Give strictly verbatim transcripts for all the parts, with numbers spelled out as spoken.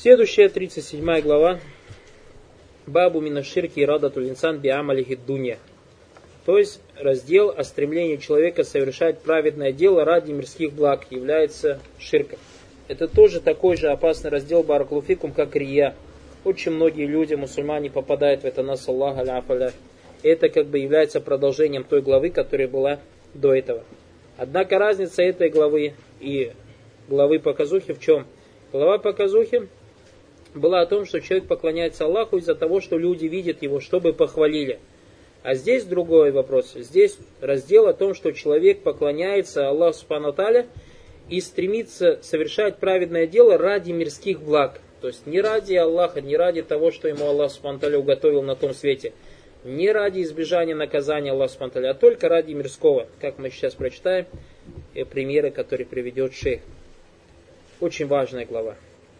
Следующая, тридцать седьмая глава. Бабу минаширки и радатуль инсан би амалихи дунья. То есть раздел о стремлении человека совершать праведное дело ради мирских благ является ширком. Это тоже такой же опасный раздел баракулуфикум, как рия. Очень многие люди, мусульмане, попадают в это, нас Аллах аляфаля. Это как бы является продолжением той главы, которая была до этого. Однако разница этой главы и главы показухи в чем? Глава показухи была о том, что человек поклоняется Аллаху из-за того, что люди видят его, чтобы похвалили. А здесь другой вопрос. Здесь раздел о том, что человек поклоняется Аллаху субхану ва тааля и стремится совершать праведное дело ради мирских благ. То есть не ради Аллаха, не ради того, что ему Аллах субхану ва тааля уготовил на том свете. Не ради избежания наказания Аллаха субхану ва тааля, а только ради мирского. Как мы сейчас прочитаем примеры, которые приведет шейх. Очень важная глава.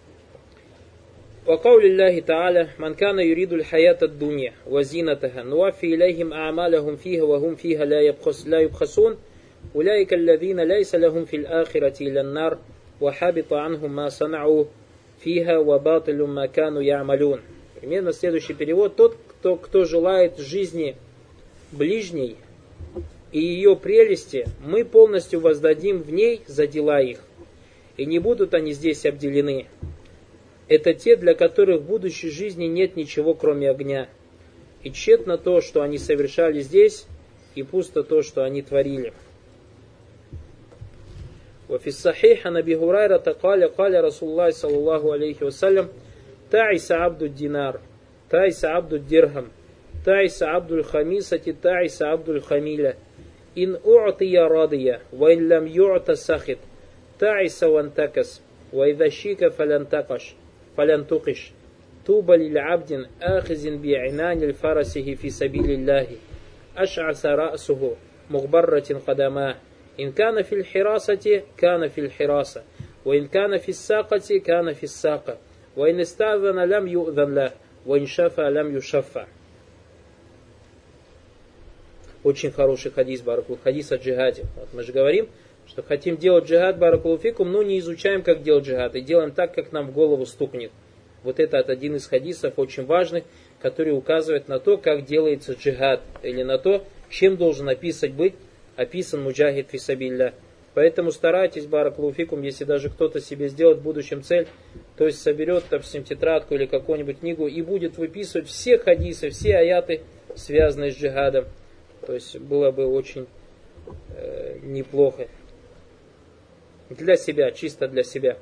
وقول الله تعالى من كان يريد الحياة الدنيا وزينتها نوفي إليهم أعمالهم فيها وهم فيها لا يبخس لا يبخسون أولئك الذين ليس لهم في الآخرة إلا النار وحبط عنهم ما صنعوا فيها وباطل ما كانوا يعملون. Примерно следующий перевод. Тот, кто, кто желает жизни ближней и ее прелести, мы полностью воздадим в ней за дела их. И не будут они здесь обделены. Это те, для которых в будущей жизни нет ничего, кроме огня. И тщетно то, что они совершали здесь, и пусто то, что они творили. وفي الصحيح عن أبي هريرة قال قال رسول الله صلى الله عليه وسلم تعس عبد الدينار تعس عبد الدرهم تعس عبد الخميسة تعس عبد الخميلة إن أعطي رضي وإن لم يعط سخط تعس وانتكس وإذا شيك فلانتقش فلانتقش طوبى للعبد آخذ بعنان الفرسه في سبيل الله أشعث رأسه مغبرة قدماه إن كان في الحراسة كان في الحراسة وإن كان في الساقة كان في الساقة وإن استأذن لم يؤذن له وإن شفى لم يشفى. Очень хороший хадис, баракулу, хадис о джихаде. Вот мы же говорим, что хотим делать джихад, баракулу фикум, но не изучаем, как делать джихад, и делаем так, как нам в голову стукнет. Вот это один из хадисов очень важных, который указывает на то, как делается джихад, или на то, чем должен описать быть описан муджахид фи сабилля. Поэтому старайтесь, баракулу фикум, если даже кто-то себе сделает в будущем цель, то есть соберет, допустим, тетрадку или какую-нибудь книгу и будет выписывать все хадисы, все аяты, связанные с джихадом. То есть было бы очень э, неплохо. Для себя, чисто для себя.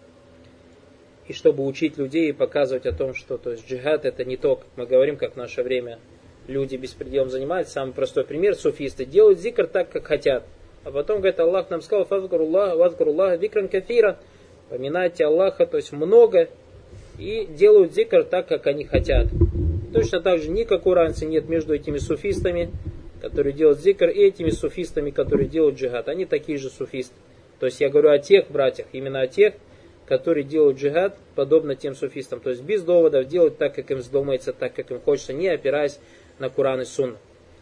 И чтобы учить людей и показывать о том, что то есть джихад это не то, как мы говорим, как в наше время люди беспределом занимаются. Самый простой пример, суфисты делают зикр так, как хотят. А потом, говорит, Аллах нам сказал, фазкуруллах, вазкуруллах, викран кафира. Поминайте Аллаха, то есть много. И делают зикр так, как они хотят. Точно так же никакой разницы нет между этими суфистами, которые делают зикр, и этими суфистами, которые делают джихад. Они такие же суфисты. То есть я говорю о тех братьях, именно о тех, которые делают джихад, подобно тем суфистам. То есть без доводов делают так, как им вздумается, так, как им хочется, не опираясь на Куран и Сунну.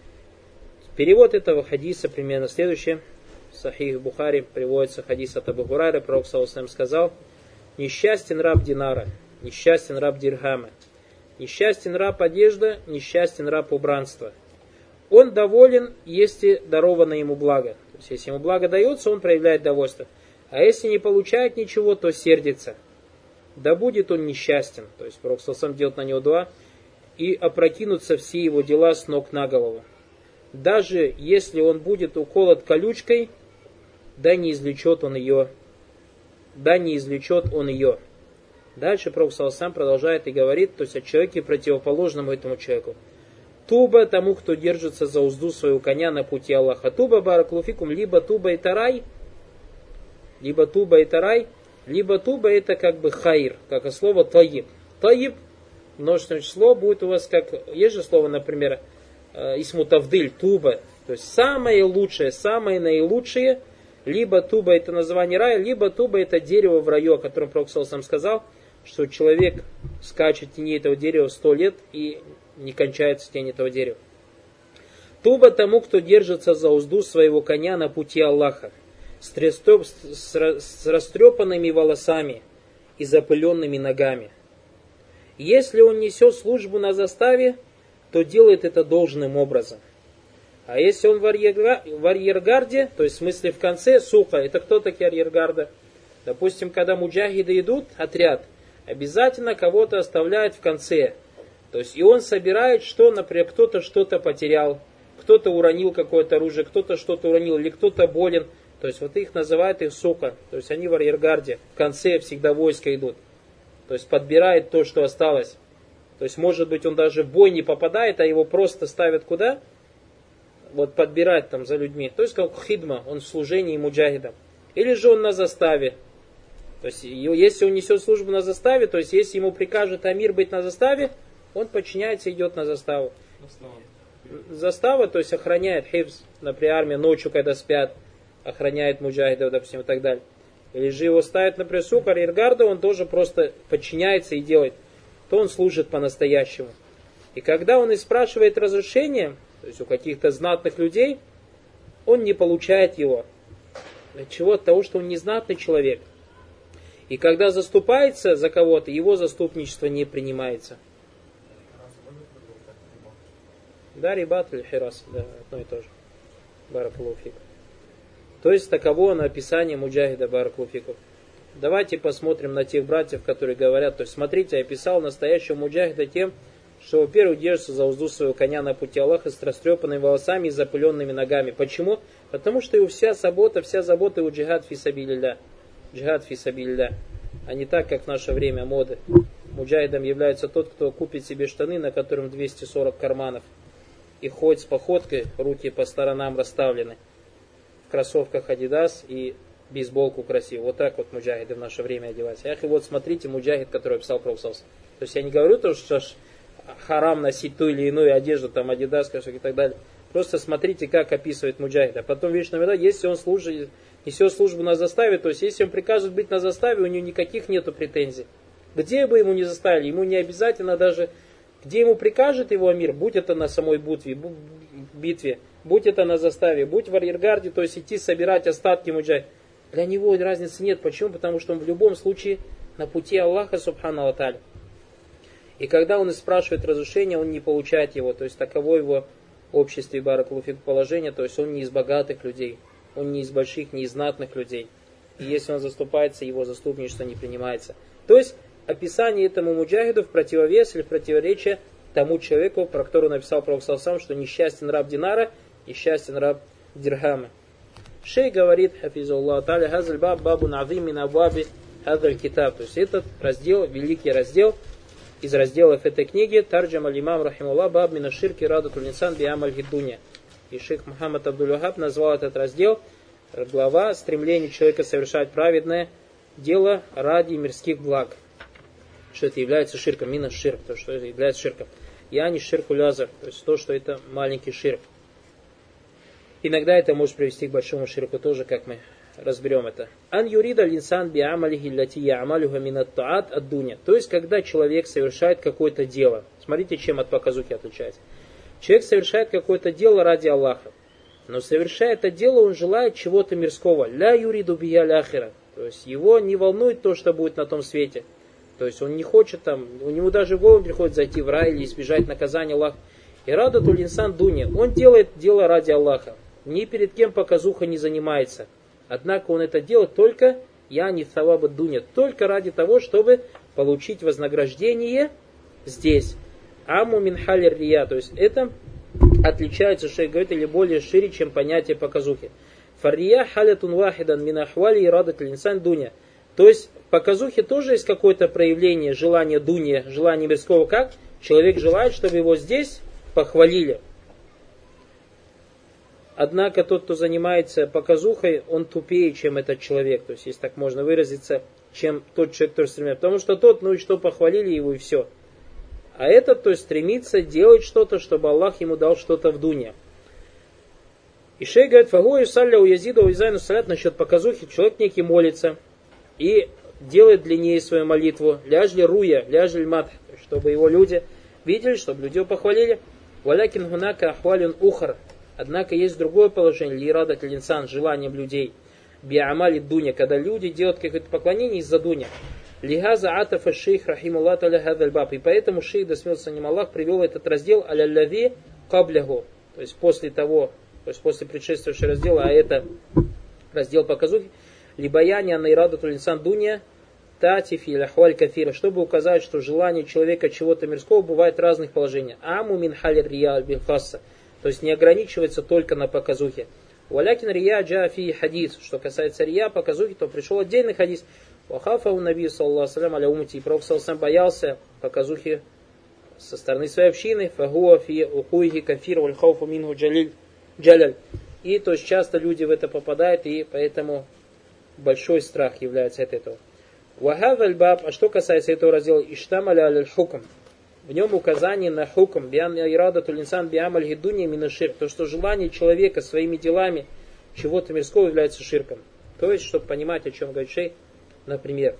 Перевод этого хадиса примерно следующий. В Сахих Бухари приводится хадис от Абу Хурайры. Пророк саллаллаху алейхи ва саллям сказал: несчастен раб динара, несчастен раб дирхама, несчастен раб одежда, несчастен раб убранства. Он доволен, если даровано ему благо. То есть, если ему благо дается, он проявляет довольство. А если не получает ничего, то сердится. Да будет он несчастен. То есть, Пророк саллаллаху алейхи ва саллям делает на него дуа. И опрокинутся все его дела с ног на голову. Даже если он будет уколот колючкой, да не извлечет он ее. Да не извлечет он ее. Дальше Пророк саллаллаху алейхи ва саллям продолжает и говорит, то есть о человеке противоположном этому человеку. Туба тому, кто держится за узду своего коня на пути Аллаха. Туба баракулу фикум, либо туба и тарай, либо туба и тарай, либо туба это как бы хайр, как и слово таиб. Таиб, множественное число, будет у вас как, есть же слово, например, исму тавдыль, туба, то есть самое лучшее, самое наилучшее, либо туба это название рая, либо туба это дерево в раю, о котором Пророк саллаллаху алейхи ва саллям сказал, что человек скачет в тени этого дерева сто лет и не кончается тень этого дерева. Туба тому, кто держится за узду своего коня на пути Аллаха, с, трестоп, с, с растрепанными волосами и запыленными ногами. Если он несет службу на заставе, то делает это должным образом. А если он в арьергарде, то есть в смысле в конце, сука, это кто такие арьергарда? Допустим, когда муджахиды идут, отряд, обязательно кого-то оставляют в конце. То есть и он собирает, что, например, кто-то что-то потерял, кто-то уронил какое-то оружие, кто-то что-то уронил, или кто-то болен. То есть вот их называют их сука. То есть они в арьергарде, в конце всегда войска идут. То есть подбирает то, что осталось. То есть может быть он даже в бой не попадает, а его просто ставят куда? Вот подбирать там за людьми. То есть как хидма, он в служении муджахидам. Или же он на заставе. То есть если он несет службу на заставе, то есть если ему прикажет амир быть на заставе, он подчиняется и идет на заставу. Застава, то есть охраняет хифз, например, армия ночью, когда спят, охраняет муджахидов, допустим, и так далее. Или же его ставят на присук, арьергарда, он тоже просто подчиняется и делает. То он служит по-настоящему. И когда он и спрашивает разрешение, то есть у каких-то знатных людей, он не получает его. От чего? От того, что он не знатный человек. И когда заступается за кого-то, его заступничество не принимается. Да, рибат или хирас, да, одно и то же. Баракаллаху фик. То есть таково описание муджахида баракаллаху фикум. Давайте посмотрим на тех братьев, которые говорят, то есть смотрите, я описал настоящего муджахида тем, что, во-первых, держится за узду своего коня на пути Аллаха с растрепанными волосами и запыленными ногами. Почему? Потому что его вся забота, вся забота у джихад фи сабилилля. Джихад фи сабилилля. А не так, как в наше время моды. Муджахидом является тот, кто купит себе штаны, на котором двести сорок карманов. И ходит с походкой, руки по сторонам расставлены. В кроссовках Adidas и бейсболку красивую. Вот так вот муджахиды в наше время одеваются. Ах, и вот смотрите, муджахид, который описал Пророк. То есть я не говорю то, что харам носить ту или иную одежду, там Adidas и так далее. Просто смотрите, как описывает муджахид. А потом вещь номер два, если он служит, несет службу на заставе, то есть если он приказывает быть на заставе, у него никаких нету претензий. Где бы ему ни заставили, ему не обязательно даже, где ему прикажет его амир, будь это на самой битве, битве, будь это на заставе, будь в арьергарде, то есть идти собирать остатки муджахида. Для него разницы нет. Почему? Потому что он в любом случае на пути Аллаха, субхану ва тааля. И когда он и спрашивает разрешения, он не получает его. То есть таково его обществе баракаллаху фик положение. То есть он не из богатых людей, он не из больших, не из знатных людей. И если он заступается, его заступничество не принимается. То есть описание этому муджахиду в противовес или в противоречие тому человеку, про которого написал Пророк саллаллаху алейхи ва саллям, что несчастен раб динара, несчастен раб дирхама. Шей говорит, хафизуллаху тааля, хазаль баб бабу назим мин абваби хазаль китаб. То есть этот раздел, великий раздел из разделов этой книги, тарджам аль-имам рахимуллах баб мин аширки радатуль инсан би амаль гиддуня. И шейх Мухаммад Абдуль-Вахаб назвал этот раздел глава стремление человека совершать праведное дело ради мирских благ. Что это является ширком, мина ширк, то что это является ширком. Я не ширку лязар, то есть то, что это маленький ширк. Иногда это может привести к большому ширку тоже, как мы разберем это. Ан юрида линсан би амалихи лати я'амалюха минат таат ад дуня. То есть, когда человек совершает какое-то дело. Смотрите, чем от показухи отличается. Человек совершает какое-то дело ради Аллаха. Но совершая это дело, он желает чего-то мирского. Ля юриду бия ляхира. То есть, его не волнует то, что будет на том свете. То есть, он не хочет там, у него даже в голову приходит зайти в рай или избежать наказания Аллаха. И радатуль инсан дуня. Он делает дело ради Аллаха. Ни перед кем показуха не занимается. Однако он это делает только я не саваба дуня, только ради того, чтобы получить вознаграждение здесь. Аму мин халир рия, то есть это отличается, шейх говорит, или более шире, чем понятие показухи. Фаррия халятун вахидан мин ахвали и радат инсан дуня. То есть в показухе тоже есть какое-то проявление желания дуня, желания мирского, как человек желает, чтобы его здесь похвалили. Однако тот, кто занимается показухой, он тупее, чем этот человек. То есть, если так можно выразиться, чем тот человек, который стремится. Потому что тот, ну и что, похвалили его и все. А этот, то есть, стремится делать что-то, чтобы Аллах ему дал что-то в дуне. И шейх говорит, фагу салля у язида у изайну салят насчет показухи. Человек некий молится и делает длиннее свою молитву. Ляжли руя, ляжли мат, чтобы его люди видели, чтобы люди его похвалили. Валякин гунака ахвалин ухар. Однако есть другое положение, лирада клинсан, желанием людей, биамали дуня, когда люди делают какое-то поклонение из-за дуня. Лихаза атафа шейх рахимуллах таля хадаль баб. И поэтому шейх, да смелся ним Аллах, привел этот раздел аля-лави каблягу. То есть после того, то есть после предшествующего раздела, а это раздел по казухе, либаяни анайрадату инсан дуния татифи ляхваль кафира, чтобы указать, что желание человека чего-то мирского бывает в разных положениях. Аму мин халир рия бихасса. То есть не ограничивается только на показухе. Валякин рия джафи хадис. Что касается рия, показухи, то пришел отдельный хадис. Вахафа у наби саллаллаху алейхи аля умати. И пророк саллаллаху боялся показухи со стороны своей общины. Фагуа фи ухуйхи кафир валь хауфу минху джаляль. И то есть часто люди в это попадают, и поэтому большой страх является от этого. Вахав аль-баб, а что касается этого раздела, иштамаля аль-хукм. В нем указание на хукм, биан ирадату линсан биамаль гидуни минаширк. То, что желание человека своими делами чего-то мирского является ширком. То есть, чтобы понимать, о чем говорит шейх, например,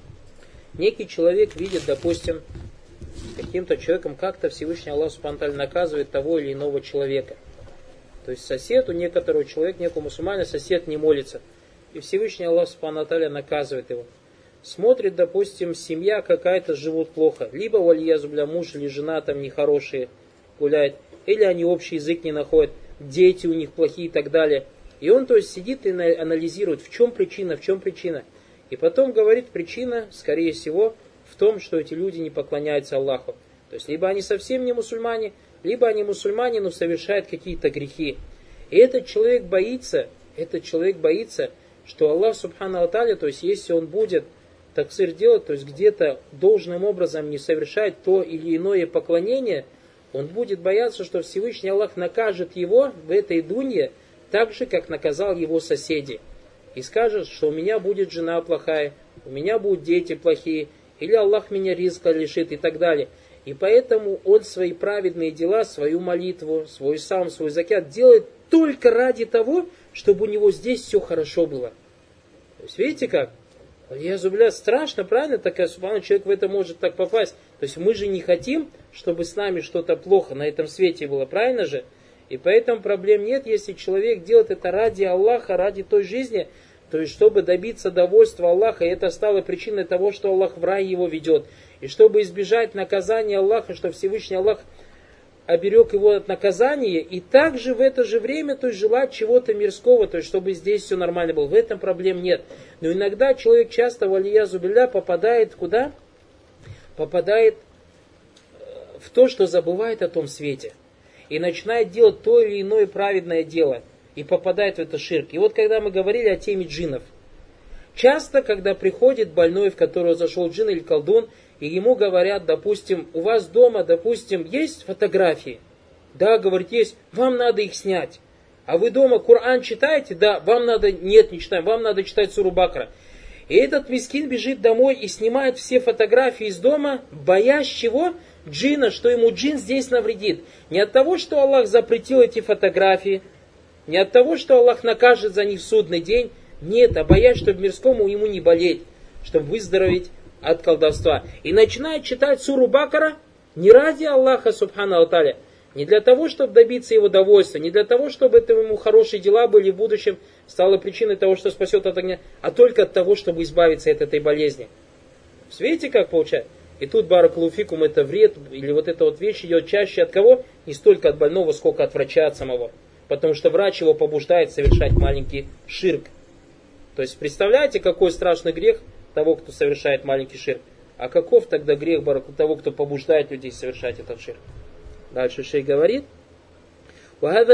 некий человек видит, допустим, каким-то человеком как-то Всевышний Аллах Субхану ва Тааля наказывает того или иного человека. То есть сосед у некоторого человека, некого мусульманина, сосед не молится. И Всевышний Аллах Субхану ва Тааля наказывает его. Смотрит, допустим, семья какая-то живут плохо. Либо вальязубля муж или жена там нехорошие гуляет. Или они общий язык не находят. Дети у них плохие и так далее. И он, то есть, сидит и анализирует, в чем причина, в чем причина. И потом говорит, причина, скорее всего, в том, что эти люди не поклоняются Аллаху. То есть, либо они совсем не мусульмане, либо они мусульмане, но совершают какие-то грехи. И этот человек боится, этот человек боится, что Аллах Субхану ва Тааля, то есть, если он будет таксир делать, то есть где-то должным образом не совершать то или иное поклонение, он будет бояться, что Всевышний Аллах накажет его в этой дунье так же, как наказал его соседи. И скажет, что у меня будет жена плохая, у меня будут дети плохие, или Аллах меня ризка лишит и так далее. И поэтому он свои праведные дела, свою молитву, свой сам, свой закят делает только ради того, чтобы у него здесь все хорошо было. То есть видите как? Я зубля, страшно, правильно? Такая субхана, человек в это может так попасть. То есть мы же не хотим, чтобы с нами что-то плохо на этом свете было, правильно же? И поэтому проблем нет, если человек делает это ради Аллаха, ради той жизни, то есть чтобы добиться довольства Аллаха, и это стало причиной того, что Аллах в рай его ведет. И чтобы избежать наказания Аллаха, что Всевышний Аллах оберег его от наказания, и также в это же время, то есть желать чего-то мирского, то есть чтобы здесь все нормально было. В этом проблем нет. Но иногда человек часто, валиязу билля, попадает куда? Попадает в то, что забывает о том свете. И начинает делать то или иное праведное дело. И попадает в это ширк. И вот когда мы говорили о теме джиннов. Часто, когда приходит больной, в которого зашел джин или колдун, и ему говорят, допустим, у вас дома, допустим, есть фотографии? Да, говорит, есть. Вам надо их снять. А вы дома Коран читаете? Да, вам надо... Нет, не читаем. Вам надо читать суру Бакра. И этот мискин бежит домой и снимает все фотографии из дома, боясь чего? Джина, что ему джин здесь навредит. Не от того, что Аллах запретил эти фотографии, не от того, что Аллах накажет за них в судный день. Нет, а боясь, чтобы мирскому ему не болеть, чтобы выздороветь от колдовства. И начинает читать суру Бакара не ради Аллаха Субхану ва Тааля, не для того, чтобы добиться его довольства, не для того, чтобы это ему хорошие дела были в будущем, стало причиной того, что спасет от огня, а только от того, чтобы избавиться от этой болезни. Видите, как получается? И тут баракаллаху фикум, это вред, или вот эта вот вещь идет чаще от кого? Не столько от больного, сколько от врача, от самого. Потому что врач его побуждает совершать маленький ширк. То есть представляете, какой страшный грех того, кто совершает маленький ширк. А каков тогда грех баракаллаху того, кто побуждает людей совершать этот ширк? Дальше шейх говорит. И в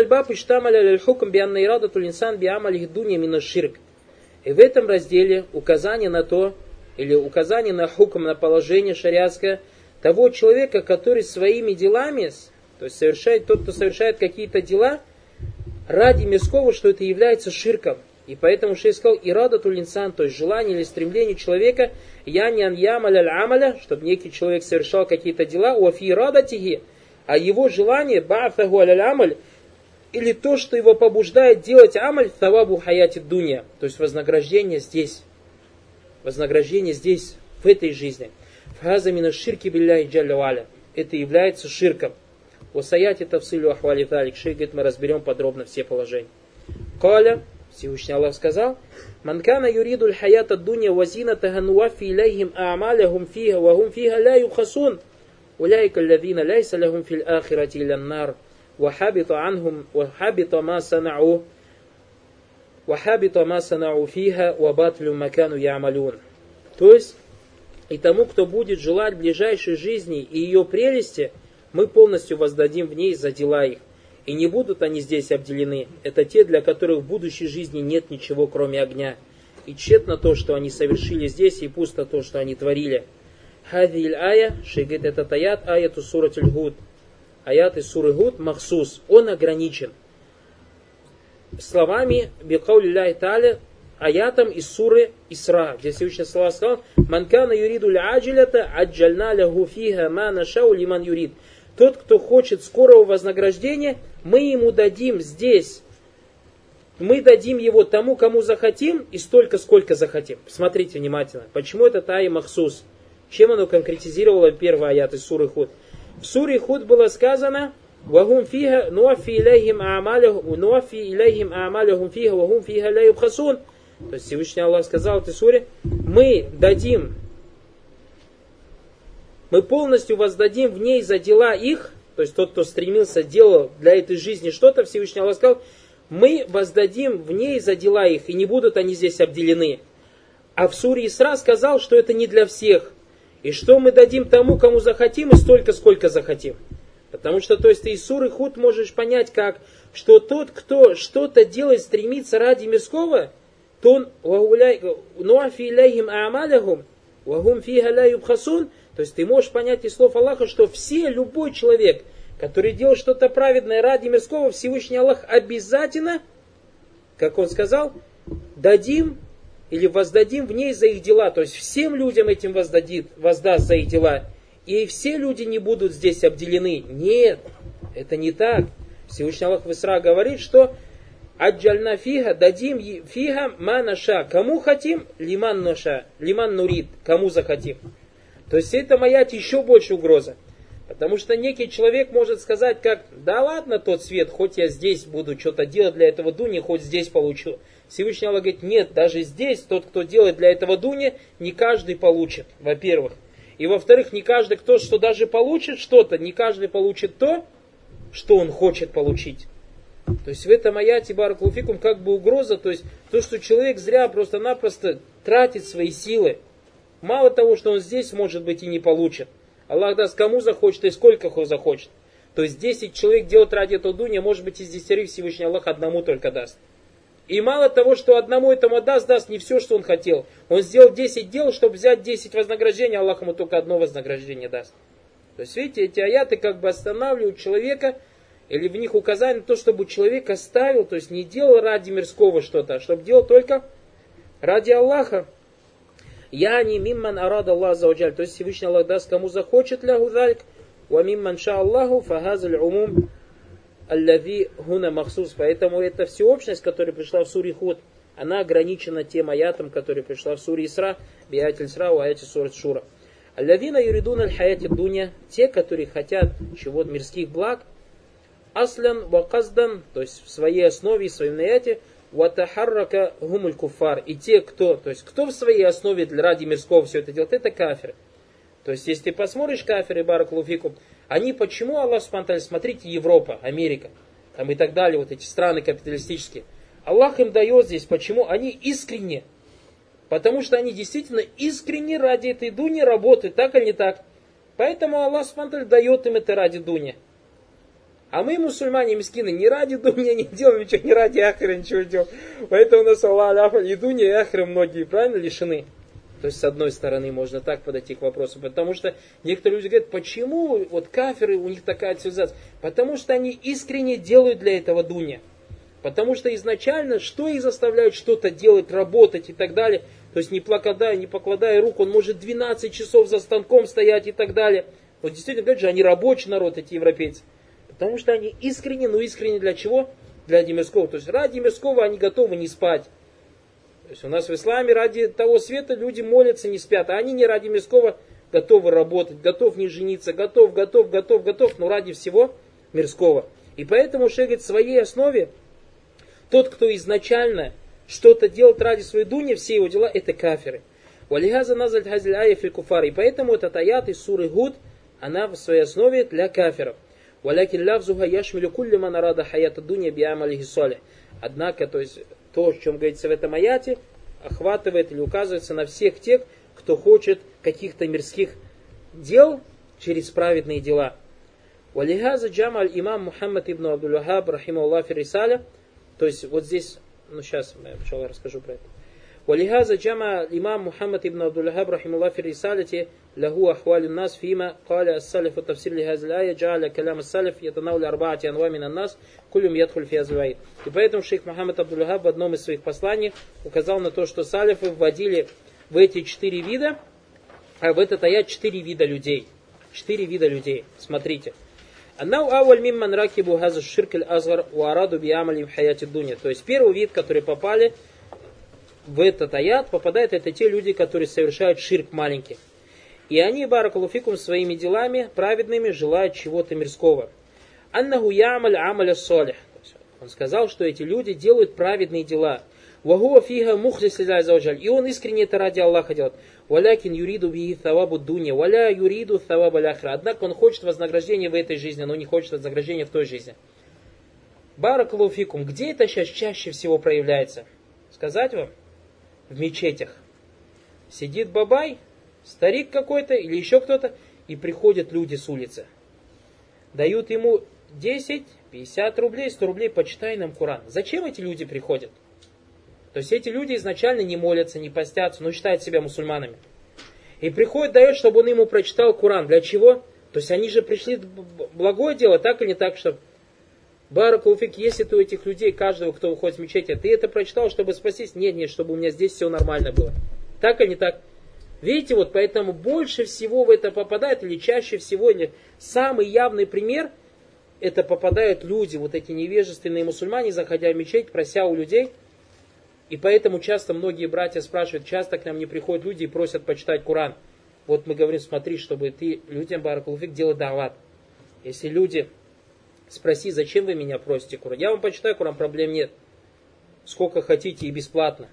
этом разделе указание на то, или указание на хукм, на положение шариатское того человека, который своими делами, то есть совершает, тот, кто совершает какие-то дела ради мирского, что это является ширком. И поэтому шейх сказал, ирадатуль инсан, то есть желание или стремление человека, янян ямаль амаля, чтобы некий человек совершал какие-то дела, уафи ирадатихи, а его желание, ба'фаху аль амаль, или то, что его побуждает делать амаль, тавабу хаяти дуня, то есть вознаграждение здесь. Вознаграждение здесь, в этой жизни. Фаза мина ширки билляхи джалля ва'аля. Это является ширком. Васаяти тавсилю ахвали талик. Шейх говорит, мы разберем подробно все положения. Каля, Всевышний Аллах сказал: «Манкана юридуль хаята дунья вазинатаха нуаффи илейхим а'малахум фиха ва хум фиха ла юхасун. Уляйка аллазина ляйса лахум фил ахирати илля нар. Ва хабита анхум ва хабита ма санау. Ва хабита ма санау фиха ва батлю макану я'малун». То есть, и тому, кто будет желать ближайшей жизни и ее прелести, мы полностью воздадим в ней за дела их. И не будут они здесь обделены. Это те, для которых в будущей жизни нет ничего, кроме огня. И тщетно то, что они совершили здесь, и пусто то, что они творили. Хадиль ая, шейгет этот аят, аяту суратиль Гуд. Аят из суры Гуд, махсус. Он ограничен. Словами бикаули ляхи тааля, аятом из суры Исра, где Всевышний Аллах сказал: «Манкана юриду ля-аджилята, аджальна лягу фиха ма нашау лиман юрид». Тот, кто хочет скорого вознаграждения, мы ему дадим здесь. Мы дадим его тому, кому захотим, и столько, сколько захотим. Смотрите внимательно. Почему это тай махсус? Чем оно конкретизировало первый аят из суры Худ? В суре Худ было сказано: «Вагум фиха нуаффи илейхим а'малахум нуаффи илейхим а'малахум фиха вагум фиха ла юбхасун». То есть Всевышний Аллах сказал в этой суре: мы дадим, мы полностью воздадим в ней за дела их, то есть тот, кто стремился, делал для этой жизни что-то, Всевышний Аллах сказал, мы воздадим в ней за дела их, и не будут они здесь обделены. А в суре Исра сказал, что это не для всех, и что мы дадим тому, кому захотим, и столько, сколько захотим. Потому что, то есть, ты из суры Худ можешь понять, как, что тот, кто что-то делает, стремится ради мирского, то он нуафи илейхим а'малахум ва хум фиха ла юбхасун. То есть ты можешь понять из слов Аллаха, что все, любой человек, который делает что-то праведное ради мирского, Всевышний Аллах обязательно, как он сказал, дадим или воздадим в ней за их дела. То есть всем людям этим воздадит, воздаст за их дела. И все люди не будут здесь обделены. Нет, это не так. Всевышний Аллах в Исра говорит, что аджальна фиха, дадим фиха ма наша. Кому хотим, лиман наша, лиман нурид, кому захотим. То есть это аят еще больше угроза. Потому что некий человек может сказать, как: да ладно тот свет, хоть я здесь буду что-то делать для этого дуни, хоть здесь получу. Всевышний Аллах говорит: нет, даже здесь тот, кто делает для этого дуни, не каждый получит, во-первых. И во-вторых, не каждый, кто что даже получит что-то, не каждый получит то, что он хочет получить. То есть в этом аяте баракаллаху фикум как бы угроза, то есть то, что человек зря просто-напросто тратит свои силы. Мало того, что он здесь, может быть, и не получит. Аллах даст кому захочет и сколько кто захочет. То есть десять человек делают ради этого дуня, может быть, из десятерых Всевышний Аллах одному только даст. И мало того, что одному этому даст, даст не все, что он хотел. Он сделал десять дел, чтобы взять десять вознаграждений, Аллах ему только одно вознаграждение даст. То есть, видите, эти аяты как бы останавливают человека, или в них указание на то, чтобы человек оставил, то есть не делал ради мирского что-то, а чтобы делал только ради Аллаха. Я не мимман арада Аллах зауджаль. То есть Всевышний Аллах даст кому захочет лягу залик. Ва мимман ша Аллаху фагазаль умум аллави гуна махсус. Поэтому эта всеобщность, которая пришла в суре Худ, она ограничена тем аятом, который пришла в суре Исра, биаят Исра, в аяте сурат Шура. Аллавина юридун аль-хаяти дуня, те, которые хотят чего мирских благ, аслян ва каздан, то есть в своей основе и в своем аяте, ватахаррака гумуль куфар. И те, кто, то есть кто в своей основе для ради мирского все это делает, это кафиры. То есть если ты посмотришь кафиры, баракаллаху фикум, они почему, Аллах субхану ва тааля, смотрите, Европа, Америка, там и так далее, вот эти страны капиталистические, Аллах им дает здесь, почему? Они искренне, потому что они действительно искренне ради этой дуни работают, так или не так. Поэтому Аллах субхану ва тааля дает им это ради дуни. А мы, мусульмане, мискины, не ради дуни не делаем ничего, не ради ахира ничего делаем. Поэтому у нас Аллах, и дуни, и ахира многие, правильно, лишены. То есть, с одной стороны, можно так подойти к вопросу. Потому что некоторые люди говорят, почему вот кафиры, у них такая цивилизация? Потому что они искренне делают для этого дуня. Потому что изначально, что их заставляет что-то делать, работать и так далее. То есть, не покладая, не покладая рук, он может двенадцать часов за станком стоять и так далее. Вот действительно, говорят же, они рабочий народ, эти европейцы. Потому что они искренне, но искренне для чего? Для мирского. То есть ради мирского они готовы не спать. То есть у нас в исламе ради того света люди молятся, не спят. А они не ради мирского готовы работать, готов не жениться, готов, готов, готов, готов, но ради всего мирского. И поэтому шейх говорит, в своей основе тот, кто изначально что-то делать ради своей дуни, все его дела это кафиры. Валихаза назаль хазиль ая фил куфар. И поэтому этот аят из суры Гуд, она в своей основе для кафиров. Валякин лавзуха яшмилю кулли ман арада хаята дуня биамалихи салих. Однако, то есть, то, о чем говорится в этом аяте, охватывает или указывается на всех тех, кто хочет каких-то мирских дел через праведные дела. Валихаза джамаль имам Мухаммад ибн Абдул-Вахаб рахимахуллах фи рисаля. То есть, вот здесь, ну сейчас я сначала расскажу про это. ولهذا جمع الإمام محمد بن عبد الوهاب رحمه الله في رسالته له أحوال الناس فيما قال السلف التفسير لهذه الآية جعل كلام السلف يتناول أربعة أنواع من الناس كلهم يدخل في هذا الآية. И поэтому шейх Мухаммад Абдул-Вахаб в одном из своих посланий указал на то, что салифы вводили в эти четыре вида, а в этот аят четыре вида людей. Четыре вида людей. Смотрите. Аннау аваль мимман ракибу газа ширк аль-азгар ва араду биамали в хаяти дуня. То есть первый вид, который попали в этот аят, попадают это те люди, которые совершают ширк маленький. И они, баракалуфикум, своими делами праведными желают чего-то мирского. Аннаху ямаль амаля салих. Он сказал, что эти люди делают праведные дела. Вагуа фига мухлис лилляхи азза ва джаль. И он искренне это ради Аллаха делает. Валякин юриду бихи thawабу дуня, валя юриду thawаба ляхра. Однако он хочет вознаграждения в этой жизни, но не хочет вознаграждения в той жизни. Баракалуфикум, где это сейчас чаще всего проявляется? Сказать вам? В мечетях. Сидит бабай, старик какой-то или еще кто-то, и приходят люди с улицы. Дают ему десять, пятьдесят рублей, сто рублей, почитай нам Коран. Зачем эти люди приходят? То есть эти люди изначально не молятся, не постятся, но считают себя мусульманами. И приходит, дает, чтобы он ему прочитал Коран. Для чего? То есть они же пришли в благое дело, так или не так, что Баракулуфик, если ты у этих людей, каждого, кто выходит в мечеть, ты это прочитал, чтобы спастись? Нет, нет, чтобы у меня здесь все нормально было. Так или не так? Видите, вот поэтому больше всего в это попадает, или чаще всего, или самый явный пример, это попадают люди, вот эти невежественные мусульмане, заходя в мечеть, прося у людей. И поэтому часто многие братья спрашивают, часто к нам не приходят люди и просят почитать Коран. Вот мы говорим, смотри, чтобы ты людям, баракулуфик, делал дават. Если люди... Спроси, зачем вы меня просите Коран? Я вам почитаю Коран, проблем нет. Сколько хотите и бесплатно.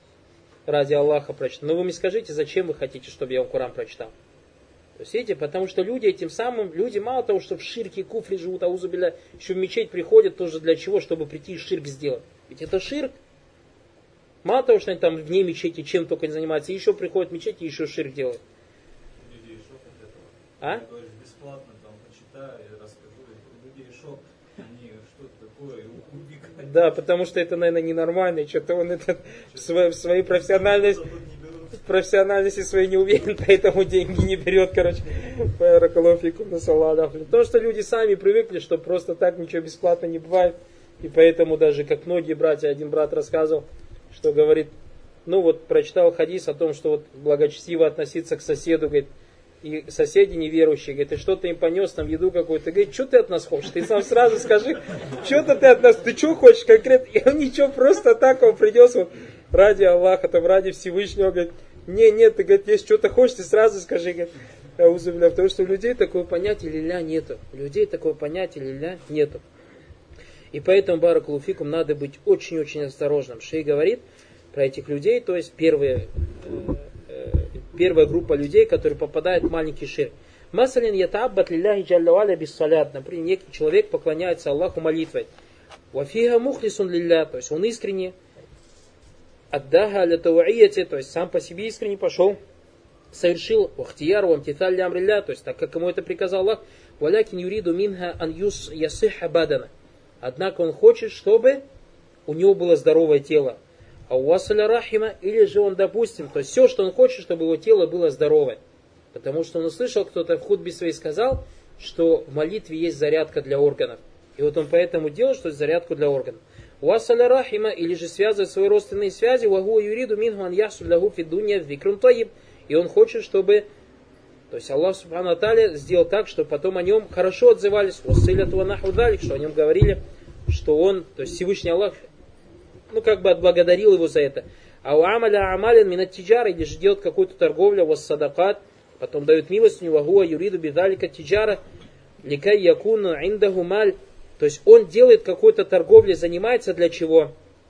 Ради Аллаха прочитаю. Но вы мне скажите, зачем вы хотите, чтобы я вам Коран прочитал? То есть, видите, потому что люди этим самым, люди мало того, что в ширке, куфре живут, аузубилля, еще в мечеть приходят тоже для чего? Чтобы прийти и ширк сделать. Ведь это ширк. Мало того, что они там вне мечети чем только не занимаются, еще приходят в мечеть и еще ширк делают. Людей шок от этого. А? Ты говоришь, бесплатно там почитай, расскажу. Людей шок. Они что-то такое убегают. Да, потому что это, наверное, ненормально. Что-то он это в своей, в своей профессиональности, в профессиональности своей не уверен, поэтому деньги не берет, короче. Потому что люди сами привыкли, что просто так ничего бесплатно не бывает. И поэтому даже, как многие братья, один брат рассказывал, что говорит, ну вот прочитал хадис о том, что вот благочестиво относиться к соседу, говорит, и соседи неверующие, говорит, ты что-то им понес, там еду какую-то, говорит, что ты от нас хочешь? Ты сам сразу скажи, что-то ты от нас, ты что хочешь конкретно? И он ничего, просто так он придет, вот, ради Аллаха, там, ради Всевышнего, говорит, не, нет, ты, говорит, если что-то хочешь, ты сразу скажи, говорит, аузубилля, потому что у людей такого понятия лиля нету, у людей такого понятия лиля нету. И поэтому, баракулуфикум, надо быть очень-очень осторожным. Шейх говорит про этих людей, то есть первые, э, э, первая группа людей, которые попадают в маленький ширк. Масалин ятаббат лилляхи джалля ва аля биссалят. Например, некий человек поклоняется Аллаху молитвой. Вафиха мухлисун лилля, то есть он искренне. Аддаха ля тауияти, то есть сам по себе искренне пошел, совершил вахтияр ва амтиталь ля амрилля, то есть так как ему это приказал Аллах. Валякин юриду минха ан юс ясиха бадана. Однако он хочет, чтобы у него было здоровое тело. А у васаля рахима, или же он, допустим, то есть все, что он хочет, чтобы его тело было здоровое. Потому что он услышал, кто-то в хутбе своей сказал, что в молитве есть зарядка для органов. И вот он поэтому делает, что есть зарядку для органов. У васаля рахима, или же связывает свои родственные связи, вагу юриду минху ан ясу лягу фидунья викрун таиб. И он хочет, чтобы, то есть Аллах Субхану ва Тааля сделал так, чтобы потом о нем хорошо отзывались, что о нем говорили, что он, то есть Всевышний Аллах, ну как бы отблагодарил его за это. А у амаля амалин минат тиджара, или же делает какую-то торговлю, вас садакат, потом дают милость у него, гуа юриду бидалика тиджара, ликай якуну индаху маль, то есть он делает какую-то торговлю, занимается для чего?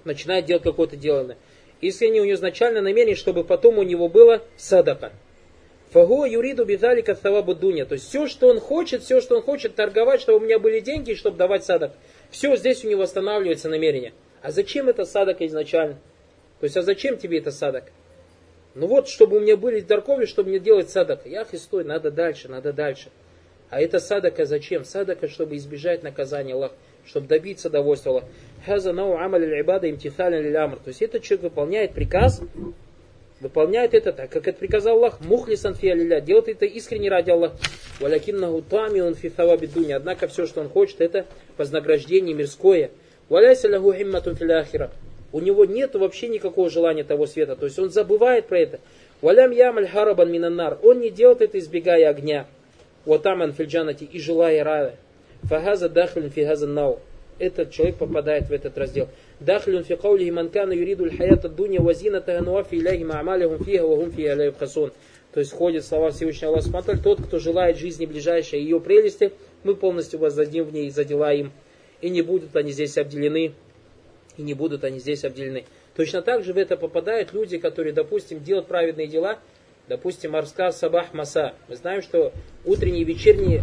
начинает делать какое-то дело. Искренне у него изначально намерение, чтобы потом у него было садака. Фагуа юриду бидалика тавабу дуня. То есть все, что он хочет, все, что он хочет торговать, чтобы у меня были деньги, и чтобы давать садак. Все, здесь у него останавливается намерение. А зачем это садака изначально? То есть, а зачем тебе это садак? Ну вот, чтобы у меня были торговли, чтобы мне делать садака. Ях и стой, надо дальше, надо дальше. А это садака зачем? Садака, чтобы избежать наказания Аллаха, чтобы добиться довольства Аллаха. Хаза нау амаль аль-ибада имтиталян лиль-амр. То есть этот человек выполняет приказ, выполняет это так, как это приказал Аллах, мухлисан фи алилля, делает это искренне ради Аллаха. Валякиннаху тамиун фи таваби дуня. Однако все, что он хочет, это вознаграждение мирское. Валяйса лаху химматун фил ахира. У него нет вообще никакого желания того света. То есть он забывает про это. Валям ямаль харабан минаннар. Он не делает это, избегая огня. Ватаман фильджанати, и желая рая. Фагаза дахлин фигазан нау. Этот человек попадает в этот раздел. Дахлин фи каулихи манкана юриду аль-хаята дуня вазина тагануафи иляхи ма'амалихум фиха вахум фи аляйб хасон. То есть входит слова Всевышнего Аллаха Субхану. Тот, кто желает жизни ближайшей ее прелести, мы полностью воздадим в ней за дела им. И не будут они здесь обделены. И не будут они здесь обделены. Точно так же в это попадают люди, которые, допустим, делают праведные дела. Допустим, арскар сабах маса. Мы знаем, что утренние и вечерние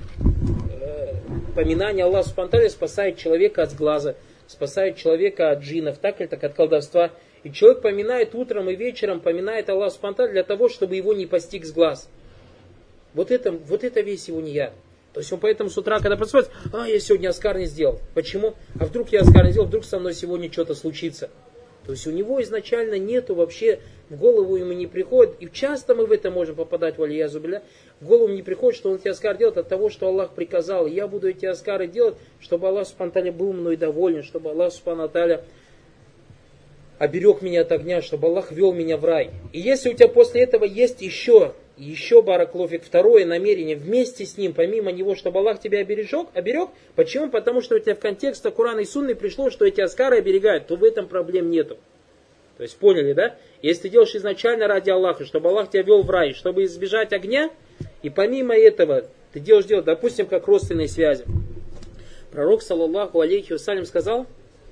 э, поминания Аллаха Субхану ва тааля спасает человека от сглаза, спасает человека от джиннов, так или так, от колдовства. И человек поминает утром и вечером, поминает Аллаха Субхану ва тааля для того, чтобы его не постиг сглаз. Вот это, вот это весь его ният. То есть он поэтому с утра, когда просыпается, а, я сегодня аскар не сделал. Почему? А вдруг я аскар не сделал, вдруг со мной сегодня что-то случится. То есть у него изначально нету вообще, в голову ему не приходит, и часто мы в это можем попадать, валиязу билля, в голову не приходит, что он эти аскар делает от того, что Аллах приказал, и я буду эти аскары делать, чтобы Аллах Субхану ва тааля был мной доволен, чтобы Аллах Субхану ва тааля оберег меня от огня, чтобы Аллах вел меня в рай. И если у тебя после этого есть еще, еще бараклофик, второе намерение вместе с ним, помимо него, чтобы Аллах тебя обережет, оберег, почему? Потому что у тебя в контексте Корана и Сунны пришло, что эти аскары оберегают, то в этом проблем нету. То есть поняли, да? Если ты делаешь изначально ради Аллаха, чтобы Аллах тебя вел в рай, чтобы избежать огня, и помимо этого ты делаешь дело, допустим, как родственные связи. Пророк, саллаллаху алейхи вассалям, сказал: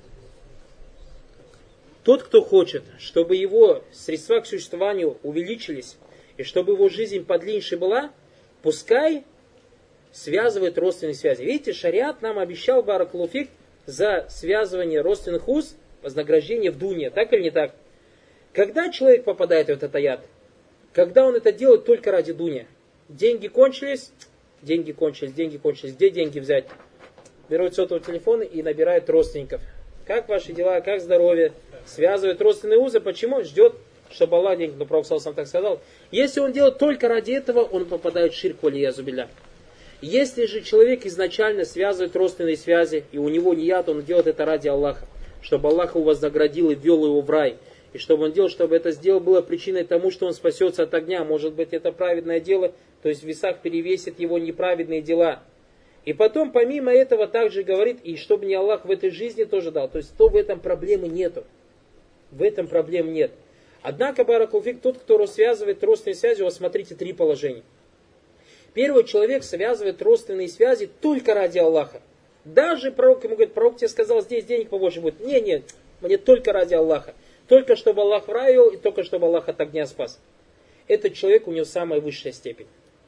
тот, кто хочет, чтобы его средства к существованию увеличились, и чтобы его жизнь подлиннее была, пускай связывает родственные связи. Видите, шариат нам обещал, баракаллаху, за связывание родственных уз вознаграждение в дуне. Так или не так? Когда человек попадает в этот аят? Когда он это делает только ради дуни. Деньги кончились, деньги кончились, деньги кончились. Где деньги взять? Берут сотовый телефон и набирают родственников. Как ваши дела, как здоровье? Связывает родственные узы. Почему? Ждет, чтобы Аллах деньги. Ну, Пророк сам так сказал. Если он делает только ради этого, он попадает в ширк, валиязу билля. Если же человек изначально связывает родственные связи, и у него ният, он делает это ради Аллаха, чтобы Аллах его вознаградил и ввел его в рай, и чтобы он делал, чтобы это сделал, было причиной тому, что он спасется от огня. Может быть, это праведное дело, то есть в весах перевесит его неправедные дела. И потом, помимо этого, также говорит, и чтобы не Аллах в этой жизни тоже дал. То есть, то в этом проблемы нету. В этом проблем нет. Однако, баракаллаху, тот, кто связывает родственные связи, у вас, смотрите, три положения. Первый человек связывает родственные связи только ради Аллаха. Даже пророк ему говорит: пророк тебе сказал, здесь денег побольше будет. Не, нет, мне только ради Аллаха. Только чтобы Аллах в рай вел, и только чтобы Аллах от огня спас. Этот человек, у него самая высшая степень.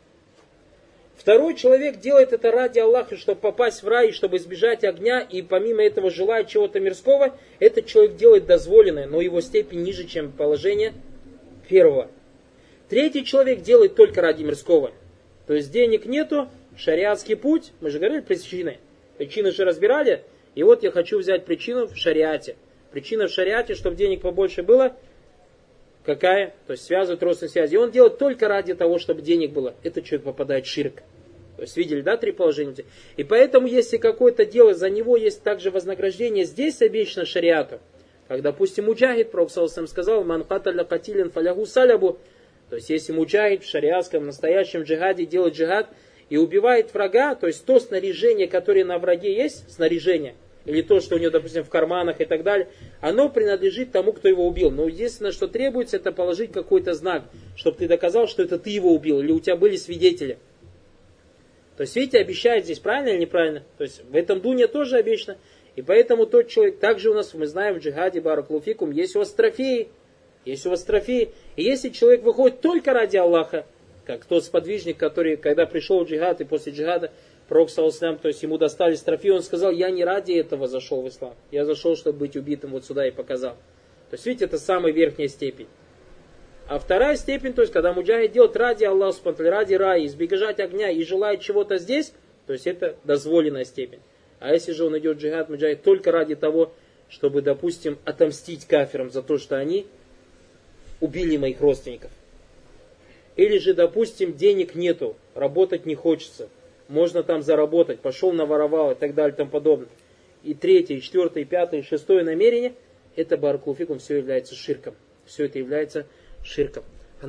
Второй человек делает это ради Аллаха, чтобы попасть в рай, чтобы избежать огня, и помимо этого желает чего-то мирского. Этот человек делает дозволенное, но его степень ниже, чем положение первого. Третий человек делает только ради мирского. То есть денег нету, шариатский путь, мы же говорили причины. Причины же разбирали, и вот я хочу взять причину в шариате. Причина в шариате, чтобы денег побольше было, какая? То есть связывают родственные связи. И он делает только ради того, чтобы денег было. Этот человек попадает в ширк. То есть видели, да, три положения? И поэтому, если какое-то дело, за него есть также вознаграждение, здесь обещано шариату. Как, допустим, муджахид, пророк саллаллаху сказал: «Ман каталя катилен фалягу салябу». То есть, если муджахид в шариатском, настоящем джихаде делает джихад и убивает врага, то есть то снаряжение, которое на враге есть, снаряжение, или то, что у него, допустим, в карманах и так далее, оно принадлежит тому, кто его убил. Но единственное, что требуется, это положить какой-то знак, чтобы ты доказал, что это ты его убил, или у тебя были свидетели. То есть, видите, обещает здесь, правильно или неправильно? То есть, в этом дуне тоже обещано. И поэтому тот человек, также у нас, мы знаем, в джихаде, баракаллаху фикум, есть у вас трофеи. Есть у вас трофеи. И если человек выходит только ради Аллаха, как тот сподвижник, который, когда пришел в джихад, и после джихада, пророк, саллаллаху, то есть ему достались трофеи, он сказал, я не ради этого зашел в ислам. Я зашел, чтобы быть убитым вот сюда и показал. То есть, видите, это самая верхняя степень. А вторая степень, то есть, когда муджахид делает ради Аллаха, ради рая, избегать огня и желает чего-то здесь, то есть, это дозволенная степень. А если же он идет в джихад, муджахид, только ради того, чтобы, допустим, отомстить кафирам за то, что они убили моих родственников. Или же, допустим, денег нету, работать не хочется, можно там заработать, пошел наворовал и так далее и тому подобное. И третье, и четвертое, и пятое, и шестое намерение, это, баракаллаху фикум, все является ширком. Все это является ширком.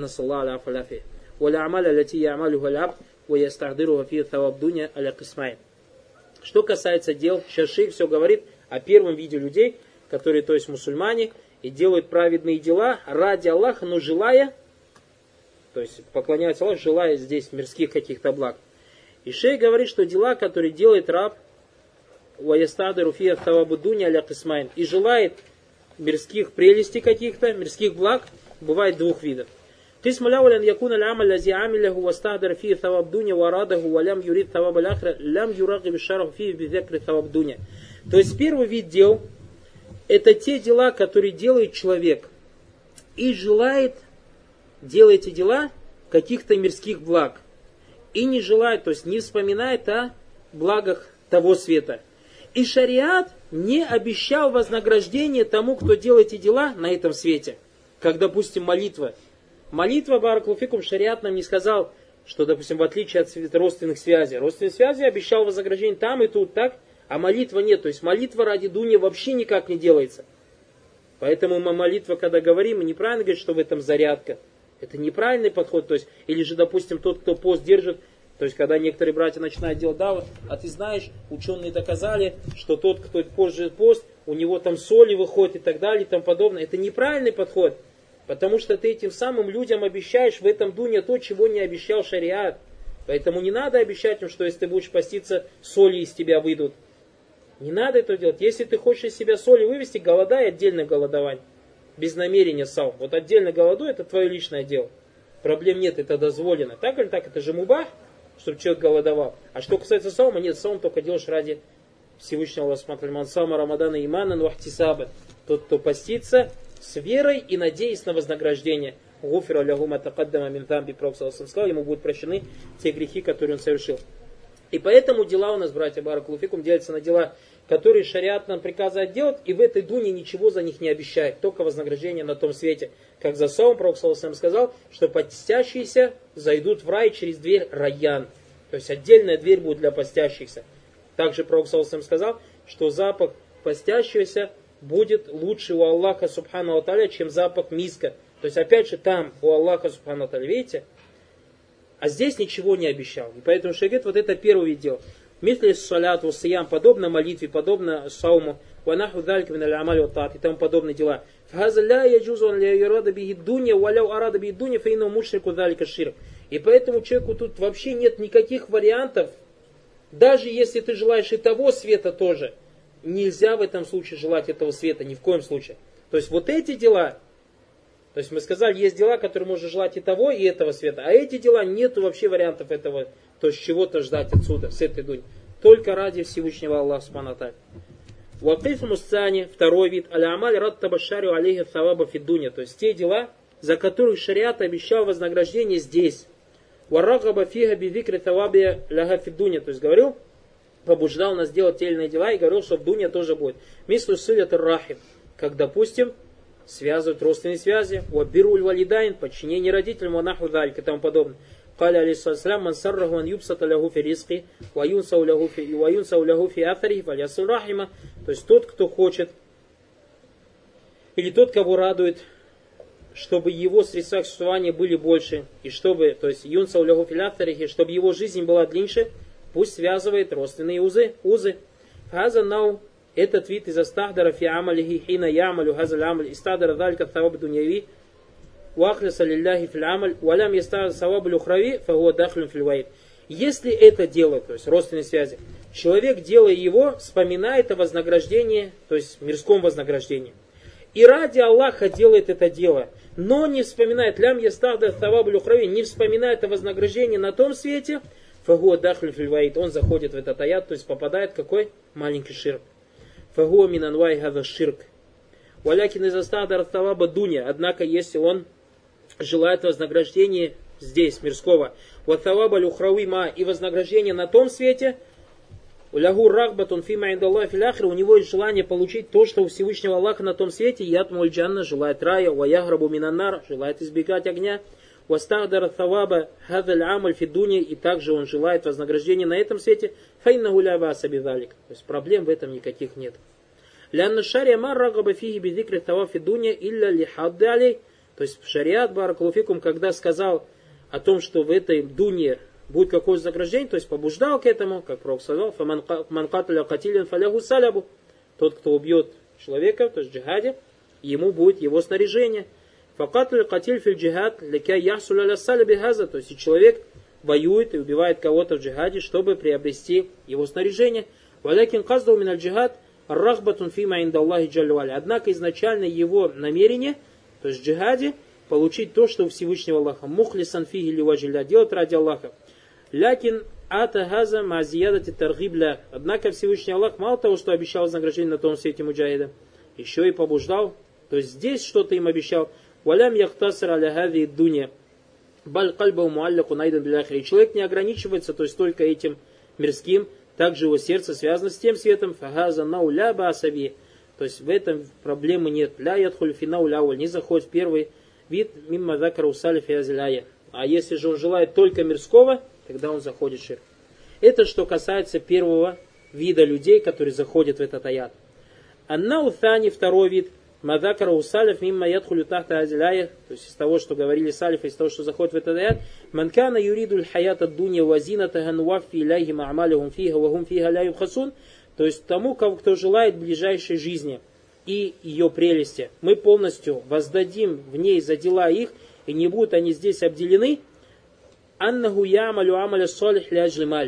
Что касается дел, сейчас шейх все говорит о первом виде людей, которые, то есть мусульмане, и делают праведные дела ради Аллаха, но желая, то есть поклоняются Аллаху, желая здесь мирских каких-то благ. И шейх говорит, что дела, которые делает раб, и желает мирских прелестей каких-то, мирских благ, бывает двух видов. То есть первый вид дел, это те дела, которые делает человек и желает, делает эти дела каких-то мирских благ. И не желает, то есть не вспоминает о благах того света. И шариат не обещал вознаграждение тому, кто делает эти дела на этом свете. Как, допустим, молитва. Молитва, баракаллаху фикум, шариат нам не сказал, что, допустим, в отличие от родственных связей. Родственные связи обещал вознаграждение там и тут, так? А молитва нет. То есть молитва ради дуни вообще никак не делается. Поэтому мы молитва, когда говорим, мы неправильно говорим, что в этом зарядка. Это неправильный подход. То есть, или же, допустим, тот, кто пост держит, то есть, когда некоторые братья начинают делать даву, а ты знаешь, ученые доказали, что тот, кто позже пост, у него там соли выходит и так далее и тому подобное. Это неправильный подход. Потому что ты этим самым людям обещаешь в этом дуне то, чего не обещал шариат. Поэтому не надо обещать им, что если ты будешь поститься, соли из тебя выйдут. Не надо это делать. Если ты хочешь из себя соли вывести, голодай отдельно голодовать. Без намерения саум. Вот отдельно голодуй, это твое личное дело. Проблем нет, это дозволено. Так или так, это же мубах, чтобы человек голодовал. А что касается саума, нет, саум только делаешь ради Всевышнего Аллаха Субхану ва Тааля. Саума Рамадана иманан ва ихтисабан. Тот, кто постится с верой и надеясь на вознаграждение. Гуфира лягу ма тақаддама мин замби, пророк саллаллаху алейхи ва саллям, ему будут прощены те грехи, которые он совершил. И поэтому дела у нас, братья, баракаллаху фикум, делятся на дела, которые шариат нам приказывает делать, и в этой дуне ничего за них не обещает, только вознаграждение на том свете. Как за саум, пророк саллаллаху алейхи ва саллям сказал, что постящиеся зайдут в рай через дверь Райян. То есть отдельная дверь будет для постящихся. Также пророк саллаллаху алейхи ва саллям сказал, что запах постящегося будет лучше у Аллаха Субхану ва Тааля, чем запах миска. То есть опять же там у Аллаха Субхану ва Тааля, видите? А здесь ничего не обещал. И поэтому шейх говорит, вот это первый вид дел. Мисли салят, вассиям, подобно молитве, подобно сауму, ванаху далька мин аль-амаль ва таат и тому подобные дела. Фхаза ля яджузу ан ля юрада бихи дунья, валяу арада бихи дунья, фаину мушрику далька ширк. И поэтому человеку тут вообще нет никаких вариантов. Даже если ты желаешь и того света тоже, нельзя в этом случае желать этого света, ни в коем случае. То есть вот эти дела, то есть мы сказали, есть дела, которые можно желать и того, и этого света. А эти дела, нету вообще вариантов этого, то есть чего-то ждать отсюда, с этой дуни. Только ради Всевышнего Аллаха Субхану ва Тааля. Вакиф мустани, второй вид, аля-амаль рад табашарю алейхи саваба фиддуня. То есть те дела, за которые шариат обещал вознаграждение здесь. Варрагаба фига бивикри таваби ляга фиддуня. То есть говорил, побуждал нас делать те или иные дела и говорил, что в дуне тоже будет. Мислу силят рахим. Как, допустим, связывают родственные связи, вабируль валидайн, подчинение родителям, ванаху далька и тому подобное. Каля алейхиссалям, ман сарраху ан юбсата лягу фи ризки, ваюнсау лягу фи афари, валясу рахима. То есть тот, кто хочет, или тот, кого радует, чтобы его средства к существованию были больше, и чтобы, то есть юнсау лягу фи афари, чтобы его жизнь была длиннее, пусть связывает родственные узы. узы. Фаза нау. Этот вид из астахдара фи амалихи хина ямалю хазаль амаль истадара далька таваб дуньяви вахлиса лилляхи фил амаль валям ястар саваб люхрави фагуа дахлюн фил ваид. Если это дело, то есть родственные связи, человек, делая его, вспоминает о вознаграждении, то есть мирском вознаграждении. И ради Аллаха делает это дело, но не вспоминает, лям ястахда тавабуль ухрави, не вспоминает о вознаграждении на том свете, фагуа дахлю фильваид, он заходит в этот аят, то есть попадает в какой? Маленький ширк. Фагуа минанвай хада ширк. Валякин из астахда таваба дуня, однако если он желает вознаграждения здесь, мирского, ватавабаль ухрави ма, и вознаграждение на том свете, улягу рахбатун фима индаллахи фил ахир, у него есть желание получить то, что у Всевышнего Аллаха на том свете, ятмуль джанна, желает рая, ваяграбу минаннар, желает избегать огня, вастахдара таваба хадаль амаль фидуни, и также он желает вознаграждения на этом свете, файнаху ля баса бидалик. То есть проблем в этом никаких нет. Лянна шария мар рагаба фиги бидикри таваб фидуни илля лихадды алей. То есть шариат баракалуфикум, когда сказал о том, что в этой дуне будет какое-то вознаграждение, то есть побуждал к этому, как Пророк сказал, «Фаман каталя катилин фалягу салябу». Тот, кто убьет человека, то есть в джихаде, ему будет его снаряжение. «Факаталя катиль фил джихад лекя яхсуля ля саляби газа». То есть и человек воюет и убивает кого-то в джихаде, чтобы приобрести его снаряжение. «Валякин каздау миналь джихад рахбатун фима индаллахи джалли валя». Однако изначально его намерение, то есть в джихаде, получить то, что у Всевышнего Аллаха. Мухлисан фиги ливажилля, делать ради Аллаха. Лякин ата газа мазиядати таргибля. Однако Всевышний Аллах мало того, что обещал вознаграждение на том свете муджахида, еще и побуждал. То есть здесь что-то им обещал. Валям яхтасар аля хави дуня. Баль кальба муалляку найдан биляхри. И человек не ограничивается, то есть только этим мирским. Также его сердце связано с тем светом. Фагаза науля басави. То есть в этом проблемы нет. Ля ядхуль финау ляуль. Не заходит в первый вид мимма закара усали фиазиляя. А если же он желает только мирского, тогда он заходит в ширк. Это что касается первого вида людей, которые заходят в этот аят. Анна уthани, второй вид, мадакара усалиф мимма ядхулю тахта азиляя, то есть из того, что говорили салифы, из того, что заходит в этот аят, манкана юридуль хаята дунья вазината гануаффи иляйхи ма'амалихум фиха вахум фиха ля юбхасун, то есть тому, кто желает ближайшей жизни и ее прелести, мы полностью воздадим в ней за дела их, и не будут они здесь обделены. Аннаху ямалю амаля солих ляджли маль.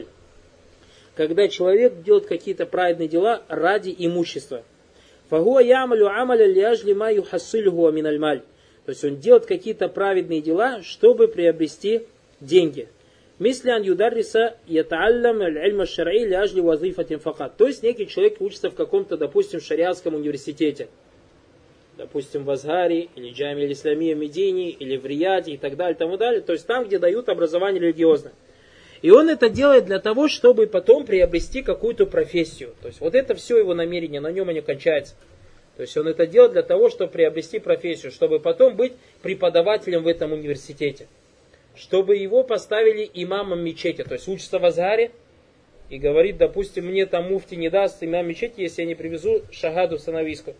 Когда человек делает какие-то праведные дела ради имущества. Фагуа ямалю амаля ляджли ма юхассилюху миналь маль. То есть он делает какие-то праведные дела, чтобы приобрести деньги. Мислян юдарриса ятааллам аль-ильма шар'и ляджли вазифатин факат. То есть некий человек учится в каком-то, допустим, шариатском университете. Допустим, в Азгаре, или Джами аль-Исламия в Медине, или в Рияде, и так далее, и тому далее. То есть там, где дают образование религиозное. И он это делает для того, чтобы потом приобрести какую-то профессию. То есть вот это все его намерение, на нем и не кончается. То есть он это делает для того, чтобы приобрести профессию, чтобы потом быть преподавателем в этом университете. Чтобы его поставили имамом мечети. То есть учится в Азгаре и говорит, допустим, мне там муфти не даст имам мечети, если я не привезу шагаду санавийскую.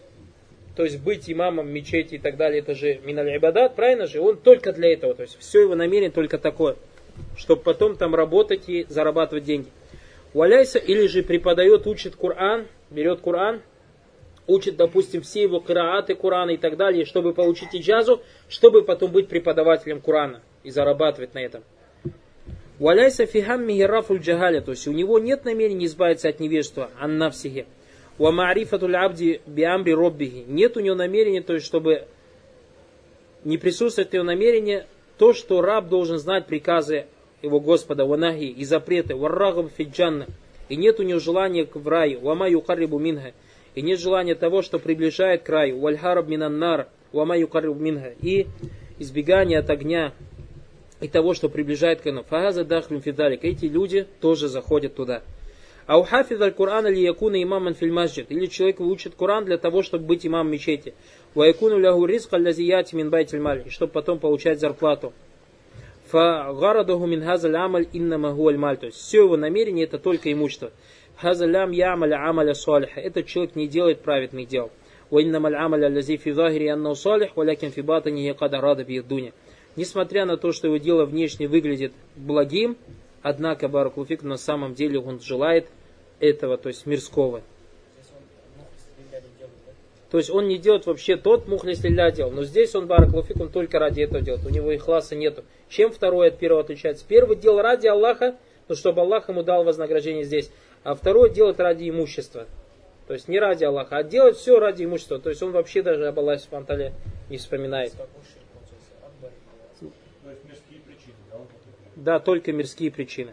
То есть быть имамом мечети и так далее, это же миналь ибадат, правильно же? Он только для этого, то есть все его намерение только такое, чтобы потом там работать и зарабатывать деньги. Валяйся, или же преподает, учит Коран, берет Коран, учит, допустим, все его кирааты Корана и так далее, чтобы получить иджазу, чтобы потом быть преподавателем Корана и зарабатывать на этом. Валяйся фихамми герафуль джагаля, то есть у него нет намерения избавиться от невежества, аннафсихи. Ва маарифатуль абди биамри роббихи. Нет у него намерения, то есть чтобы не присутствует его намерение, то, что раб должен знать приказы его Господа, ванахи и запреты, варрагаб фиджанна. И нет у него желания в раю, вама юкаррибу минха. И нет желания того, что приближает к раю, вальхараб минаннар, вама юкаррибу минха. И избегание от огня, и того, что приближает к нему. Фагаза дахлюм фидалик. Эти люди тоже заходят туда. Ау хафиз аль-Кур'ан ли якуна имаман филь масджид. Или человек учит Коран для того, чтобы быть имамом мечети. Ва якуну лягу ризк аллазияти мин байтиль маль. И чтобы потом получать зарплату. Фа гарадаху мин хазаль амаль иннама хуаль маль. То есть все его намерение это только имущество. Хазалям ямаля амаля салиха. Этот человек не делает праведных дел. Ва иннамаль амаля аллази фи захири аннау салих, валякин фи батани кад арада би дуня. Несмотря на то, что его дело внешне выглядит благим, однако, баракулуфик, на самом деле он желает этого, то есть мирского. То есть он не делает вообще тот мухлис лилля делал. Но здесь он, баракаллаху фикум, только ради этого делает. У него ихласа нету. Чем второй от первого отличается? Первый делал ради Аллаха, ну, чтобы Аллах ему дал вознаграждение здесь. А второй делает ради имущества. То есть не ради Аллаха, а делает все ради имущества. То есть он вообще даже об Аллахе субхану ва тааля не вспоминает. То есть мирские причины, да? Да, только мирские причины.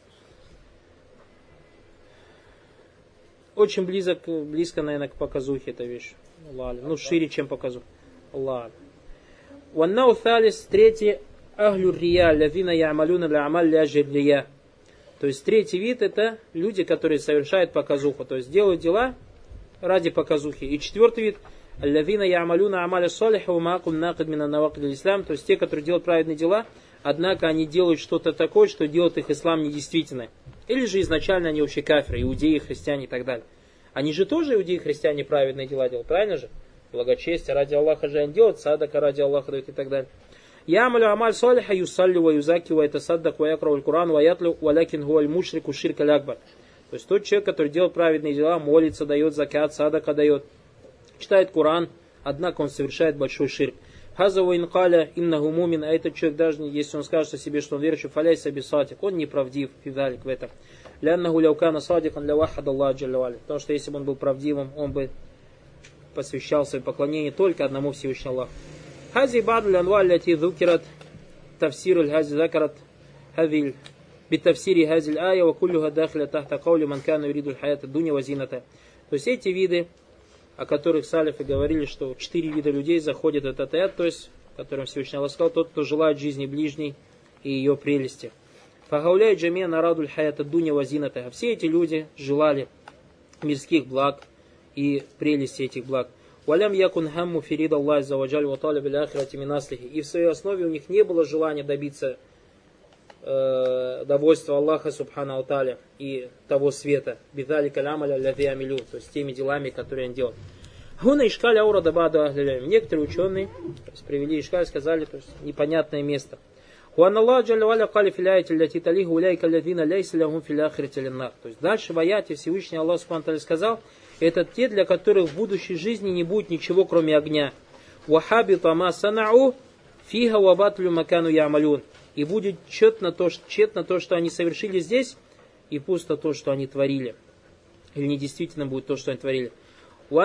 Очень близок, близко, наверное, к показухе эта вещь. Ну, шире, чем показух. Ладно. Ваннау талис, третий, ахлю рия, лавина я'малюна л'амаль ляжир рия. То есть третий вид это люди, которые совершают показуху. То есть делают дела ради показухи. И четвертый вид, лавина я'малюна амаля салиха ва маакум нақид мина навакид ислам. То есть те, которые делают праведные дела, однако они делают что-то такое, что делает их ислам недействительным. Или же изначально они вообще кафиры, иудеи, христиане и так далее. Они же тоже, иудеи, христиане, праведные дела делают, правильно же? Благочестие ради Аллаха же они делают, садака ради Аллаха дают и так далее. Ямалю амаль салиха юсаллю ва юзаки ва ятасаддак ва якрау аль-Куран ва ятлю валякин гуаль мушрику ширка лякбар. То есть тот человек, который делает праведные дела, молится, дает закят, садака дает, читает Куран, однако он совершает большой ширк. Хаза ва инкаля иннаху мумин, а этот человек, даже если он скажет о себе, что он верующий, фаляйся бисатик, он неправдив, фидалик в этом. Ляннаху ляукана садикан ля вахад Аллах джалля. Потому что если бы он был правдивым, он бы посвящал свое поклонение только одному Всевышнему Аллаху. Хази бадль анва ляти зукират тавсир аль-хази закарат хавиль битавсири хази аль-ая ва куллюха дахля тахта каули ман кана юриду аль-хаята дуня ва зината. То есть эти виды, о которых салифы говорили, что четыре вида людей заходят в этот аят, то есть, которым Всевышний Аллах сказал, тот, кто желает жизни ближней и ее прелести. Фагауляй джамия нарадуль хаята дуня вазината. Все эти люди желали мирских благ и прелести этих благ. Валям якун хамму фирид Аллах заваджаль ва талиб аль ахирати мин аслихи. И в своей основе у них не было желания добиться э, довольства Аллаха субхана ва тааля и того света. Бидали калямаля ляви амилю. То есть теми делами, которые он делал. Хуна ишкаля аура дабаду ахлилям. Некоторые ученые то есть, привели ишкаль, сказали, то есть непонятное место. То есть дальше в аяте Всевышний Аллах субхану ва тааля сказал, это те, для которых в будущей жизни не будет ничего, кроме огня. И будет тщетно то, тщетно то, что они совершили здесь, и пусто то, что они творили. Или недействительно будет то, что они творили. То,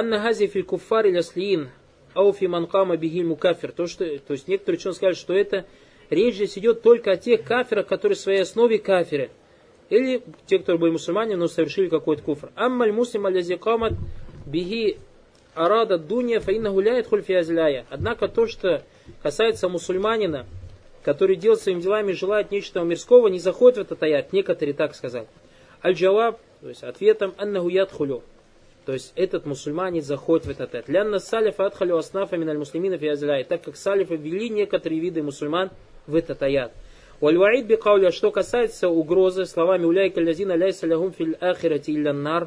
что, то есть некоторые ученые сказали, что это речь здесь идет только о тех кафирах, которые в своей основе кафиры. Или те, которые были мусульмане, но совершили какой-то куфр. Аммаль муслим алязи камат бихи арада дунья фаинна гуляет хульфиазляя. Однако то, что касается мусульманина, который делает своими делами и желает нечто мирского, не заходит в этот аят. Некоторые так сказали. Аль-джаваб, то есть ответом аннаху ядхулю. То есть этот мусульманин заходит в этот аят. Лянна салифа адхалю аснафа миналь муслимина фиазляя. Так как салифы ввели некоторые виды мусульман в этот аят. Валь-ваид бикауля, что касается угрозы, словами уляйка лязина ляйса лягум фил ахирати илля-нар,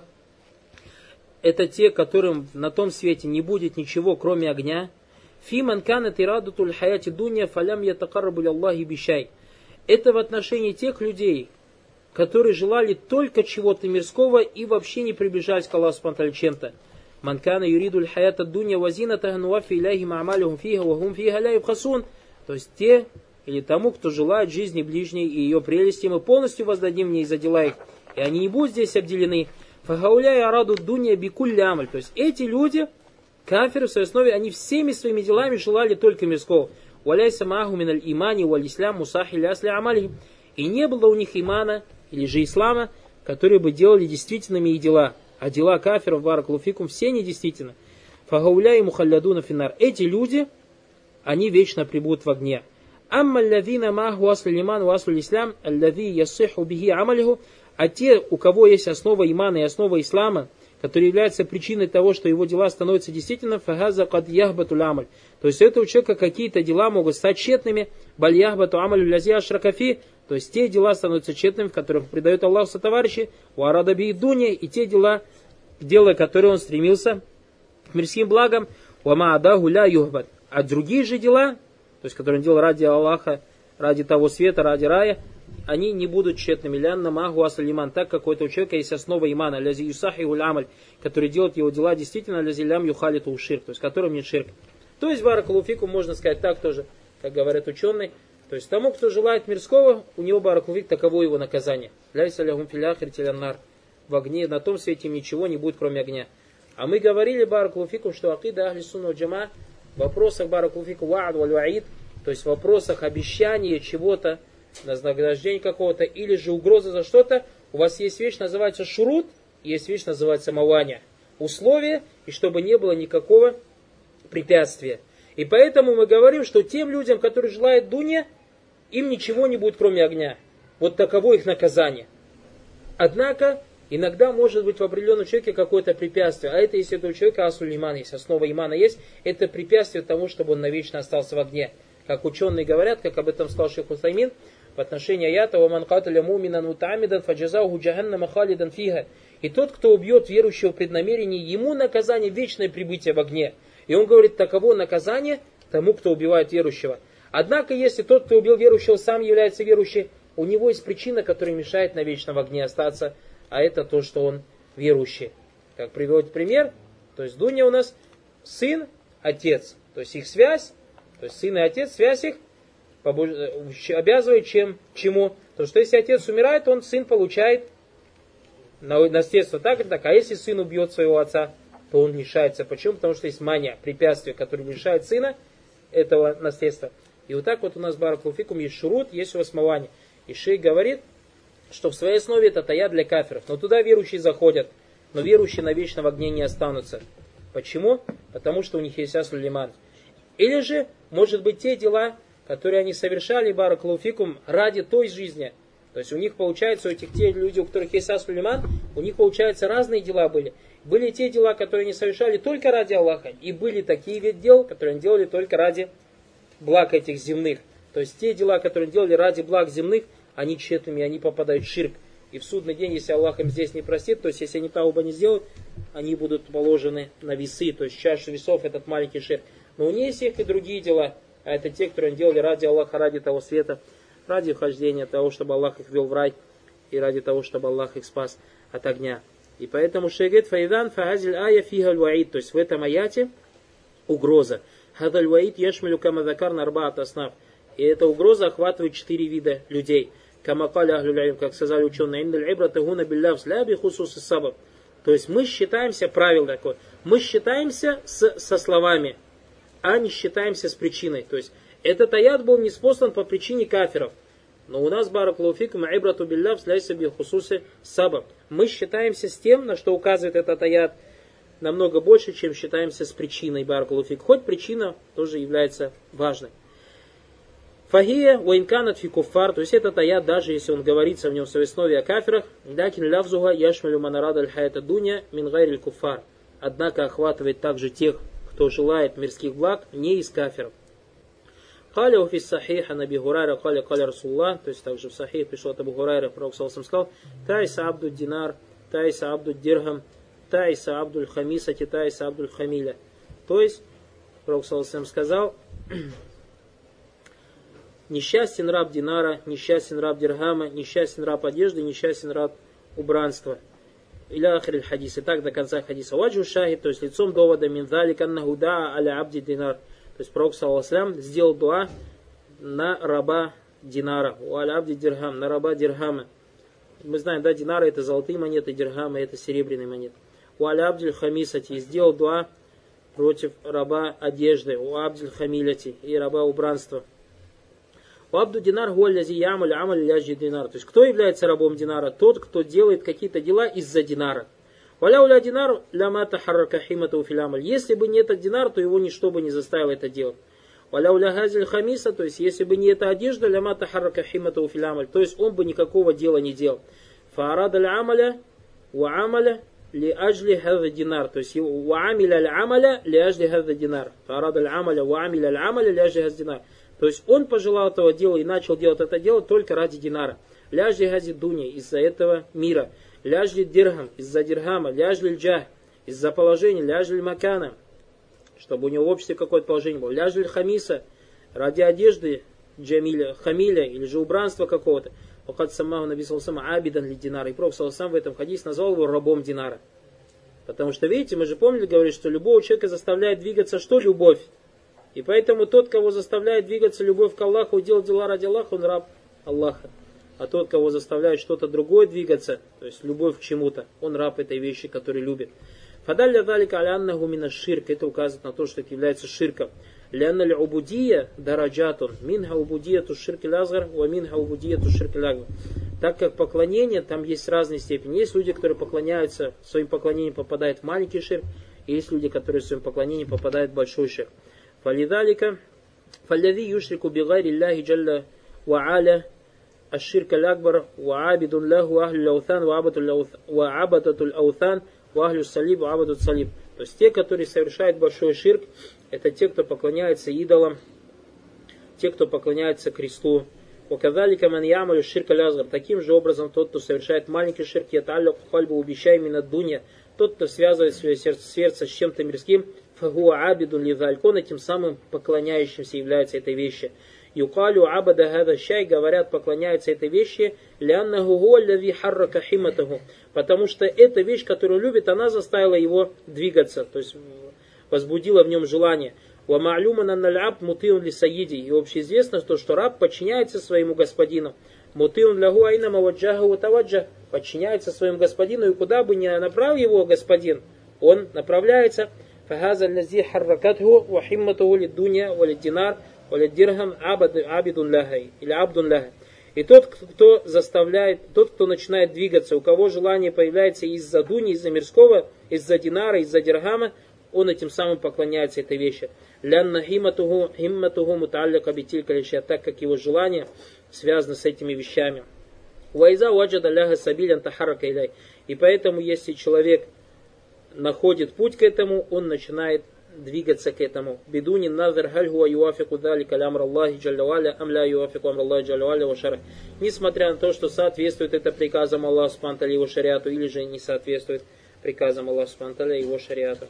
это те, которым на том свете не будет ничего, кроме огня. Фи ман канат ирадатуль хаяти дунья фалям ятакаррабу лиллахи бишай. Это в отношении тех людей, которые желали только чего-то мирского и вообще не приближались к Аллаху субхану ва тааля чем-то. Ман кана юридуль хаята дунья вазинатаха нуаффи иляйхим а'малюхум фиха ва хум фиха ля юбхасун. То есть те, или тому, кто желает жизни ближней и ее прелести, мы полностью воздадим мне за дела их, и они не будут здесь обделены. Фагауляй араду дунья бикуль амаль. То есть эти люди, кафиры в своей основе, они всеми своими делами желали только мирского. Валяйса маху миналь имани валь ислам мусахи лясли амалихим. И не было у них имана, или же ислама, которые бы делали действительными их дела. А дела кафиров, баракалуфикум, все недействительны. Фагауляй мухалладуна финар. Эти люди, они вечно прибудут в огне. Амма аллавина маху аслу лиман ва аслу ислам, аллави яссиху бихи амалиху. А те, у кого есть основа имана и основа ислама, который является причиной того, что его дела становятся действительно, фагаза кад яхбатуль амаль. То есть у этого человека какие-то дела могут стать тщетными, баль яхбату амалю лязи ашракафи. То есть те дела становятся тщетными, в которых предает Аллах сотоварищи, у арада би дуня, и те дела, делая которые он стремился к мирским благам, уама адаху ля юхбат. А другие же дела, то есть которые он делал ради Аллаха, ради того света, ради рая, они не будут тщетными. Лянна магу асль иман, так как у этого человека есть основа имана, лязи юсахи уль амаль, который делает его дела действительно лязи лям юхалиту уширк, то есть которым нет ширк. То есть баракаллаху фикум можно сказать так тоже, как говорят ученые. То есть тому, кто желает мирского, у него баракаллаху фик, таково его наказание. Ляйса лягум фил ахирати ляннар. В огне, на том свете им ничего не будет, кроме огня. А мы говорили баракаллаху фикум, что акида ахли сунна джама в вопросах баракаллаху фикум ваад валь ваид, то есть в вопросах обещания чего-то, вознаграждения какого-то, или же угрозы за что-то, у вас есть вещь, называется шурут, есть вещь, называется маваня. Условия, и чтобы не было никакого препятствия. И поэтому мы говорим, что тем людям, которые желают дуня, им ничего не будет, кроме огня. Вот таково их наказание. Однако, иногда может быть в определенном человеке какое-то препятствие. А это, если у человека асуль иман есть, основа имана есть, это препятствие тому, чтобы он навечно остался в огне. Как ученые говорят, как об этом сказал шейх Усаймин, в отношении аята «Ваман каталя муминан мутаамидан фаджазауху джаханнама халидан фиха». И тот, кто убьет верующего в преднамерении, ему наказание вечное прибытие в огне. И он говорит, таково наказание тому, кто убивает верующего. Однако, если тот, кто убил верующего, сам является верующим, у него есть причина, которая мешает навечно в огне остаться, а это то, что он верующий. Как приводит пример, то есть дуня у нас сын, отец, то есть их связь, то есть сын и отец, связь их обязывает чем, чему? То, что если отец умирает, он сын получает наследство так и так. А если сын убьет своего отца, то он лишается. Почему? Потому что есть мания, препятствие, которое лишает сына этого наследства. И вот так вот у нас баракаллаху фикум есть шурут, есть у вас мавани. И шейх говорит, что в своей основе это таят для кафиров. Но туда верующие заходят, но верующие навечно в огне не останутся. Почему? Потому что у них есть асль иман. Или же, может быть, те дела, которые они совершали, баракаллаху фикум, ради той жизни. То есть у них получается, у этих те люди, у которых есть асль иман, у них получается разные дела были. Были те дела, которые они совершали только ради Аллаха, и были такие вид дел, которые они делали только ради благ этих земных. То есть те дела, которые они делали ради благ земных, они тщетными, они попадают в ширк. И в судный день, если Аллах им здесь не простит, то есть если они тауба не сделают, они будут положены на весы, то есть чашу весов этот маленький ширк. Но у них есть их и другие дела, а это те, которые они делали ради Аллаха, ради того света, ради вхождения, того, чтобы Аллах их ввел в рай, и ради того, чтобы Аллах их спас от огня. И поэтому шейх говорит, файдан фагазиль ая фига аль-ваид, то есть в этом аяте угроза. Хадаль ваид яшмилю камадакар нарбаат аснав. И эта угроза охватывает четыре вида людей. Камакали ахлюль, как сказали ученые, индаль ибрата гуна биллав сляби хусус сабаб. То есть мы считаемся, правило такое, мы считаемся с, со словами, а не считаемся с причиной. То есть этот аят был ниспослан по причине кафиров. Но у нас, баракаллаху фикум, ибрату билляв сляйса би хусусе сабаб. Мы считаемся с тем, на что указывает этот аят, намного больше, чем считаемся с причиной, баракаллаху фик. Хоть причина тоже является важной. Фахия уинканат фи куффар, то есть этот аят, даже если он говорится в нем в своей основе о кафирах, лякин лавзуга яшмалю манарада аль-хайата дуня мин гайриль куффар. Однако охватывает также тех, кто желает мирских благ, не из кафиров. Каля уфис сахиха наби Хурайра, каля каля Расулла, то есть также в сахих пришел от Абу Хурайра, пророк саллаллаху алейхи ва саллям сказал, тайса абду динар, тайса абду дирхам, тайса абдуль хамисати, тайса абдуль хамиля. То есть, пророк саллаллаху алейхи ва саллям сказал, несчастен раб динара, несчастен раб дирхама, несчастен раб одежды, несчастен раб убранства. Иля ахриль хадис. И так до конца хадиса. Ваджу шахид, то есть лицом довода миндали каннаху даа аля абди динар. То есть пророк саллаллаху алейхи ва саллям сделал дуа на раба динара. У аля абди дирхам, на раба дирхама. Мы знаем, да, динары это золотые монеты, дирхамы это серебряные монеты. У аля абдиль хамисати. Сделал дуа против раба одежды. У абдиль хамиляти. И раба убранства. У абду динар гуаллязи ямаль амаль ляжи динар. То есть кто является рабом динара? Тот, кто делает какие-то дела из-за динара. Валя уля динар лямата харрака химата уфилямаль. Если бы не этот динар, то его ничто бы не заставило это делать. Валя уля газиль хамиса, то есть если бы не эта одежда, лямата харрака химата уфилямаль. То есть он бы никакого дела не делал. Фаарада ля амаля ва амаля ли ажли хаза динар. То есть ва амиля ля амаля ли ажли хаза динар. Фаарада ля амаля ва амиля ля амаля ли ажли хаза динар. То есть он пожелал этого дела и начал делать это дело только ради динара. Ляжли гази дуни, из-за этого мира. Ляжли дирхам, из-за дирхама. Ляжли джах, из-за положения. Ляжли макана, чтобы у него в обществе какое-то положение было. Ляжли хамиса, ради одежды джамиля, хамиля или же убранства какого-то. Вакад самаху наби саллаллаху абидан ли динара. И Пророк саллаллаху в этом хадисе назвал его рабом динара. Потому что, видите, мы же помнили, говорили, что любого человека заставляет двигаться что? Любовь. И поэтому тот, кого заставляет двигаться любовь к Аллаху, делать дела ради Аллаха, он раб Аллаха. А тот, кого заставляет что-то другое двигаться, то есть любовь к чему-то, он раб этой вещи, который любит. Фадалля далика аляннаху мина ширк. Это указывает на то, что это является ширком. Лянна ли убудия дараджатун. Минха убудия ту ширки лазгар, ва минха убудия ту ширки лагвар. Так как поклонение, там есть разные степени. Есть люди, которые поклоняются, своим поклонением попадают в маленький ширк. И есть люди, которые своим поклонением попадают в большой ширк. Фалидалика, фалляви юшрику бигайри Аллахи джалла ва аля الشرك الأكبر وعابد له أهل الأوثان وعبدة الأوثان وأهل الصليب وعبدة الصليب. То есть те, которые совершают большой ширк, это те, кто поклоняется идолам, те, кто поклоняется кресту. وكذلك من يعمل الشرك الأصغر. Таким же образом тот, кто совершает маленький ширк, يتعلق قلبه بشيء من الدنيا. Тот, кто связывает свое сердце, сердце с чем-то мирским, فهو عابد لذلك. Он этим самым поклоняющимся является этой вещи. Юкалю абада хада шай, говорят, поклоняются этой вещи, ляннаху гуаллави харрака химатаху, потому что эта вещь, которую любит, она заставила его двигаться, то есть возбудила в нем желание. Ва ма'люман анналь абд мутиун ли саиди, и общеизвестно, что, что раб подчиняется своему господину. Мутиун лягу айна маваджаху таваджах, подчиняется своему господину, и куда бы ни направил его господин, он направляется. Фахаза лази харракатху ва химматаху ли дунья ва ли динар дирхам абидун ляхай или абдун ляхай. И тот, кто заставляет, тот, кто начинает двигаться, у кого желание появляется из-за дуни, из-за мирского, из-за динара, из-за дирхама, он этим самым поклоняется этой вещи. Лянна химматуху химматуху муталлика битилька лиша, так как его желание связано с этими вещами. Вайза ваджада ляха сабилян тахарака иляй. И поэтому, если человек находит путь к этому, он начинает двигаться к этому. Бедуни назар халь хуа юафику далика лямр Аллахи джалля валя ам ля юафику амр Аллахи джалля валя ва шара. Несмотря на то, что соответствует это приказам Аллаха субхану ва его шариату, или же не соответствует приказам Аллаха субхану ва его шариату.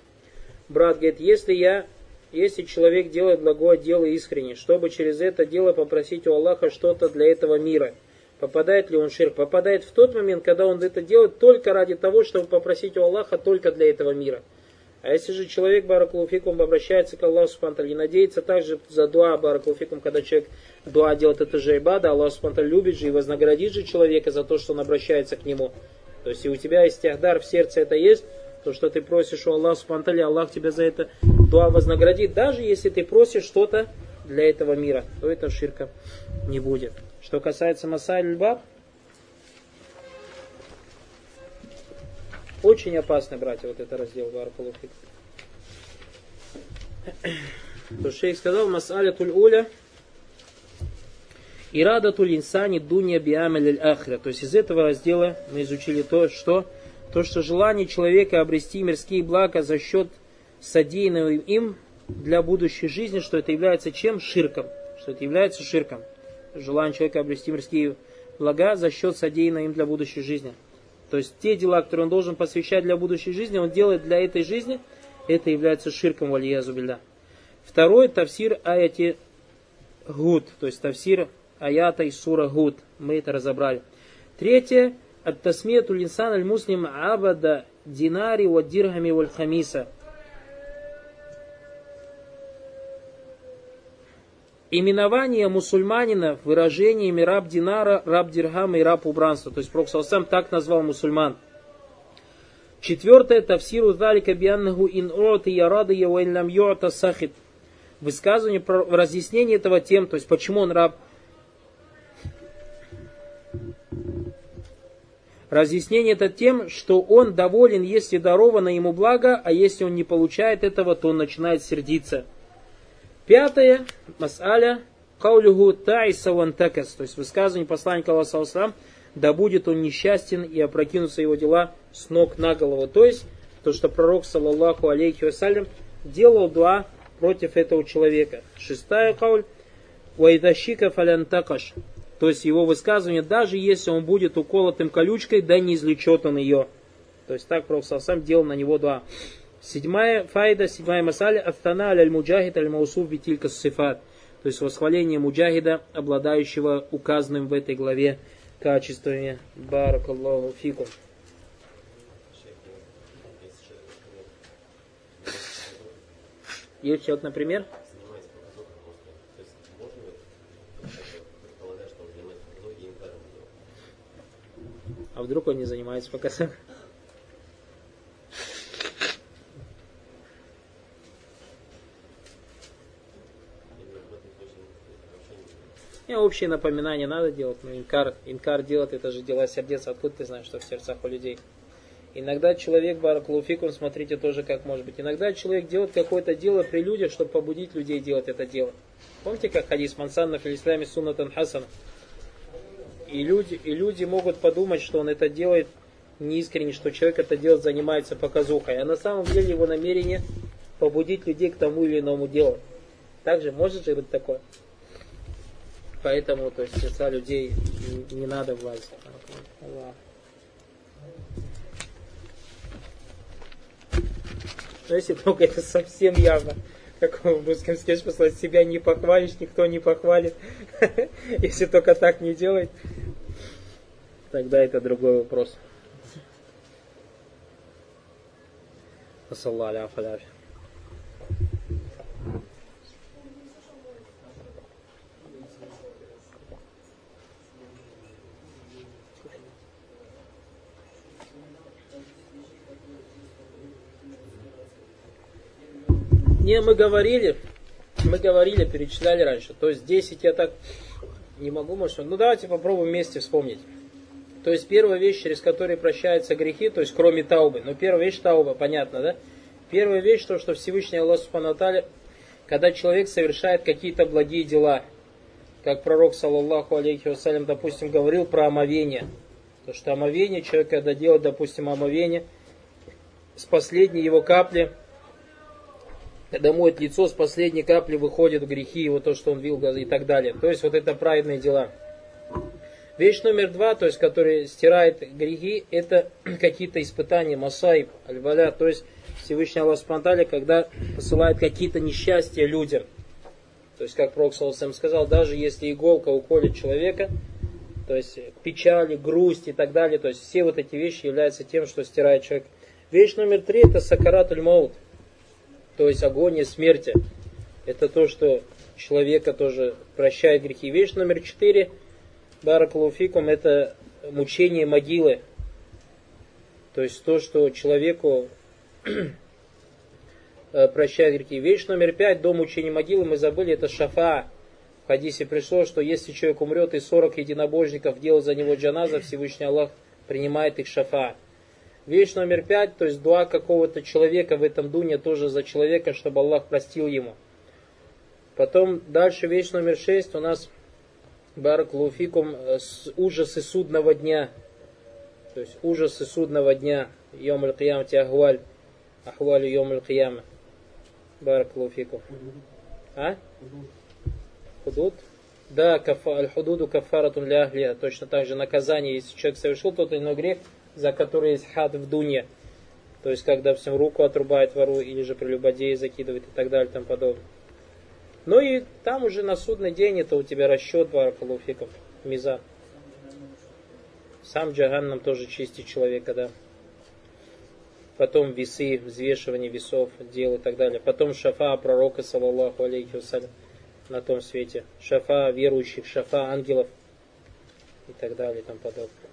Брат говорит, если я, если человек делает благое дело искренне, чтобы через это дело попросить у Аллаха что-то для этого мира, попадает ли он в ширк? Попадает в тот момент, когда он это делает только ради того, чтобы попросить у Аллаха только для этого мира. А если же человек, баракулуфикум, обращается к Аллаху субхану и надеется также за дуа, баракулуфикум, когда человек дуа делает, это же ибада, Аллах субхану любит же и вознаградит же человека за то, что он обращается к нему. То есть, и у тебя истихдар в сердце это есть, то, что ты просишь у Аллаха субхану, Аллах тебя за это дуа вознаградит, даже если ты просишь что-то для этого мира, то это ширка не будет. Что касается масайль аль-баб, очень опасный, братья, вот это раздел баракаллаху фик. То шейх сказал, мас'алятуль уля ирадатуль инсани дунья биамаль аль-ахра. То есть из этого раздела мы изучили то, что то, что желание человека обрести мирские блага за счет содеянного им для будущей жизни, что это является чем? Ширком. Что это является ширком. Желание человека обрести мирские блага за счет содеянного им для будущей жизни. То есть те дела, которые он должен посвящать для будущей жизни, он делает для этой жизни, это является ширком валиязу билля. Второй тавсир аяти гуд, то есть тавсир аята из сура гуд. Мы это разобрали. Третье, ат-тасмияту линсан аль-муслим абада динари ва дирхами валь хамиса. Именование мусульманина выражениями раб динара, раб дирхама и раб убранства. То есть Пророк саллаллаху алейхи ва саллям так назвал мусульман. Четвертое. Тавсиру залика бианнаху ин у'ти ярадия ва ин лам ю'та сахит. Высказывание, разъяснение этого тем, то есть почему он раб. Разъяснение это тем, что он доволен, если даровано ему благо, а если он не получает этого, то он начинает сердиться. Пятое, мас'аля, каулюху таиса вантакас, то есть высказывание посланника Аллаха саллаллаху алейхи ва саллям, да будет он несчастен и опрокинутся его дела с ног на голову. То есть, то, что пророк саллаллаху алейхи ва саллям делал дуа против этого человека. Шестая кауль, вайдащика фалянтакаш, то есть его высказывание, даже если он будет уколотым колючкой, да не извлечет он ее. То есть так пророк саллаллаху алейхи ва саллям делал на него дуа. Седьмая файда, седьмая масаля, афтана аль-муджахид аль-маусуф битилька сифат. То есть восхваление муджахида, обладающего указанным в этой главе качествами. Баракаллаху фикум. Есть человек, например? А вдруг он не занимается показом? И общее напоминание надо делать, но инкар, инкар делать, это же дела сердец. Откуда ты знаешь, что в сердцах у людей? Иногда человек, баракаллаху фикум, смотрите тоже как может быть. Иногда человек делает какое-то дело при людях, чтобы побудить людей делать это дело. Помните, как хадис Мансанна фил исламе суннатан хасан? И люди, и люди могут подумать, что он это делает неискренне, что человек это делает, занимается показухой. А на самом деле его намерение побудить людей к тому или иному делу. Также может же быть такое. Поэтому, то есть, сердца людей не, не надо влазить. Но если только это совсем явно, как в русском скетче послать, себя не похвалишь, никто не похвалит. Если только так не делать, тогда это другой вопрос. Ассалалу алейкум. Не, мы говорили, мы говорили, перечисляли раньше. То есть десять я так не могу, может. Ну давайте попробуем вместе вспомнить. То есть первая вещь, через которую прощаются грехи, то есть кроме таубы. Но первая вещь тауба, понятно, да? Первая вещь, то, что Всевышний Аллах Субхану ва Тааля, когда человек совершает какие-то благие дела, как пророк, саллаллаху алейхи вассалям, допустим, говорил про омовение. То, что омовение, человек, когда делает, допустим, омовение, с последней его капли, когда моет лицо, с последней капли выходят грехи, его то, что он вил, и так далее. То есть вот это праведные дела. Вещь номер два, то есть, который стирает грехи, это какие-то испытания, масаиб, аль-валя, то есть Всевышний Аллах Субхану ва Тааля, когда посылает какие-то несчастья людям. То есть, как пророк саллаллаху алейхи ва саллям сказал, даже если иголка уколет человека, то есть печали, грусть и так далее, то есть все вот эти вещи являются тем, что стирает человек. Вещь номер три, это сакарат аль-маут. То есть агония смерти. Это то, что человека тоже прощает грехи. Вещь номер четыре, баракаллаху фикум, это мучение могилы. То есть то, что человеку прощает грехи. Вещь номер пять, до мучения могилы, мы забыли, это шафа. В хадисе пришло, что если человек умрет и сорок единобожников делают за него джаназа, Всевышний Аллах принимает их шафа. Вещь номер пять, то есть дуа какого-то человека в этом дуне тоже за человека, чтобы Аллах простил ему. Потом дальше вещь номер шесть у нас баракаллаху фикум, ужасы судного дня. То есть ужасы судного дня. Йом аль-Киямати ахваль. Ахвалю йом аль-Кияма. Баракаллаху фикум. А? Худуд? Да, аль-худуду кафаратун ля ахлиха. Точно так же наказание, если человек совершил тот или иной грех, за который есть хад в дуне. То есть, когда всем руку отрубает вору, или же прелюбодея закидывает и так далее и тому подобное. Ну и там уже на судный день это у тебя расчет, баракаллаху фикум, мизан. Сам джаханнам тоже чистит человека, да. Потом весы, взвешивание весов, дел и так далее. Потом шафа пророка, саллаллаху алейхи вассалям, на том свете. Шафа верующих, шафа ангелов и так далее и тому подобное.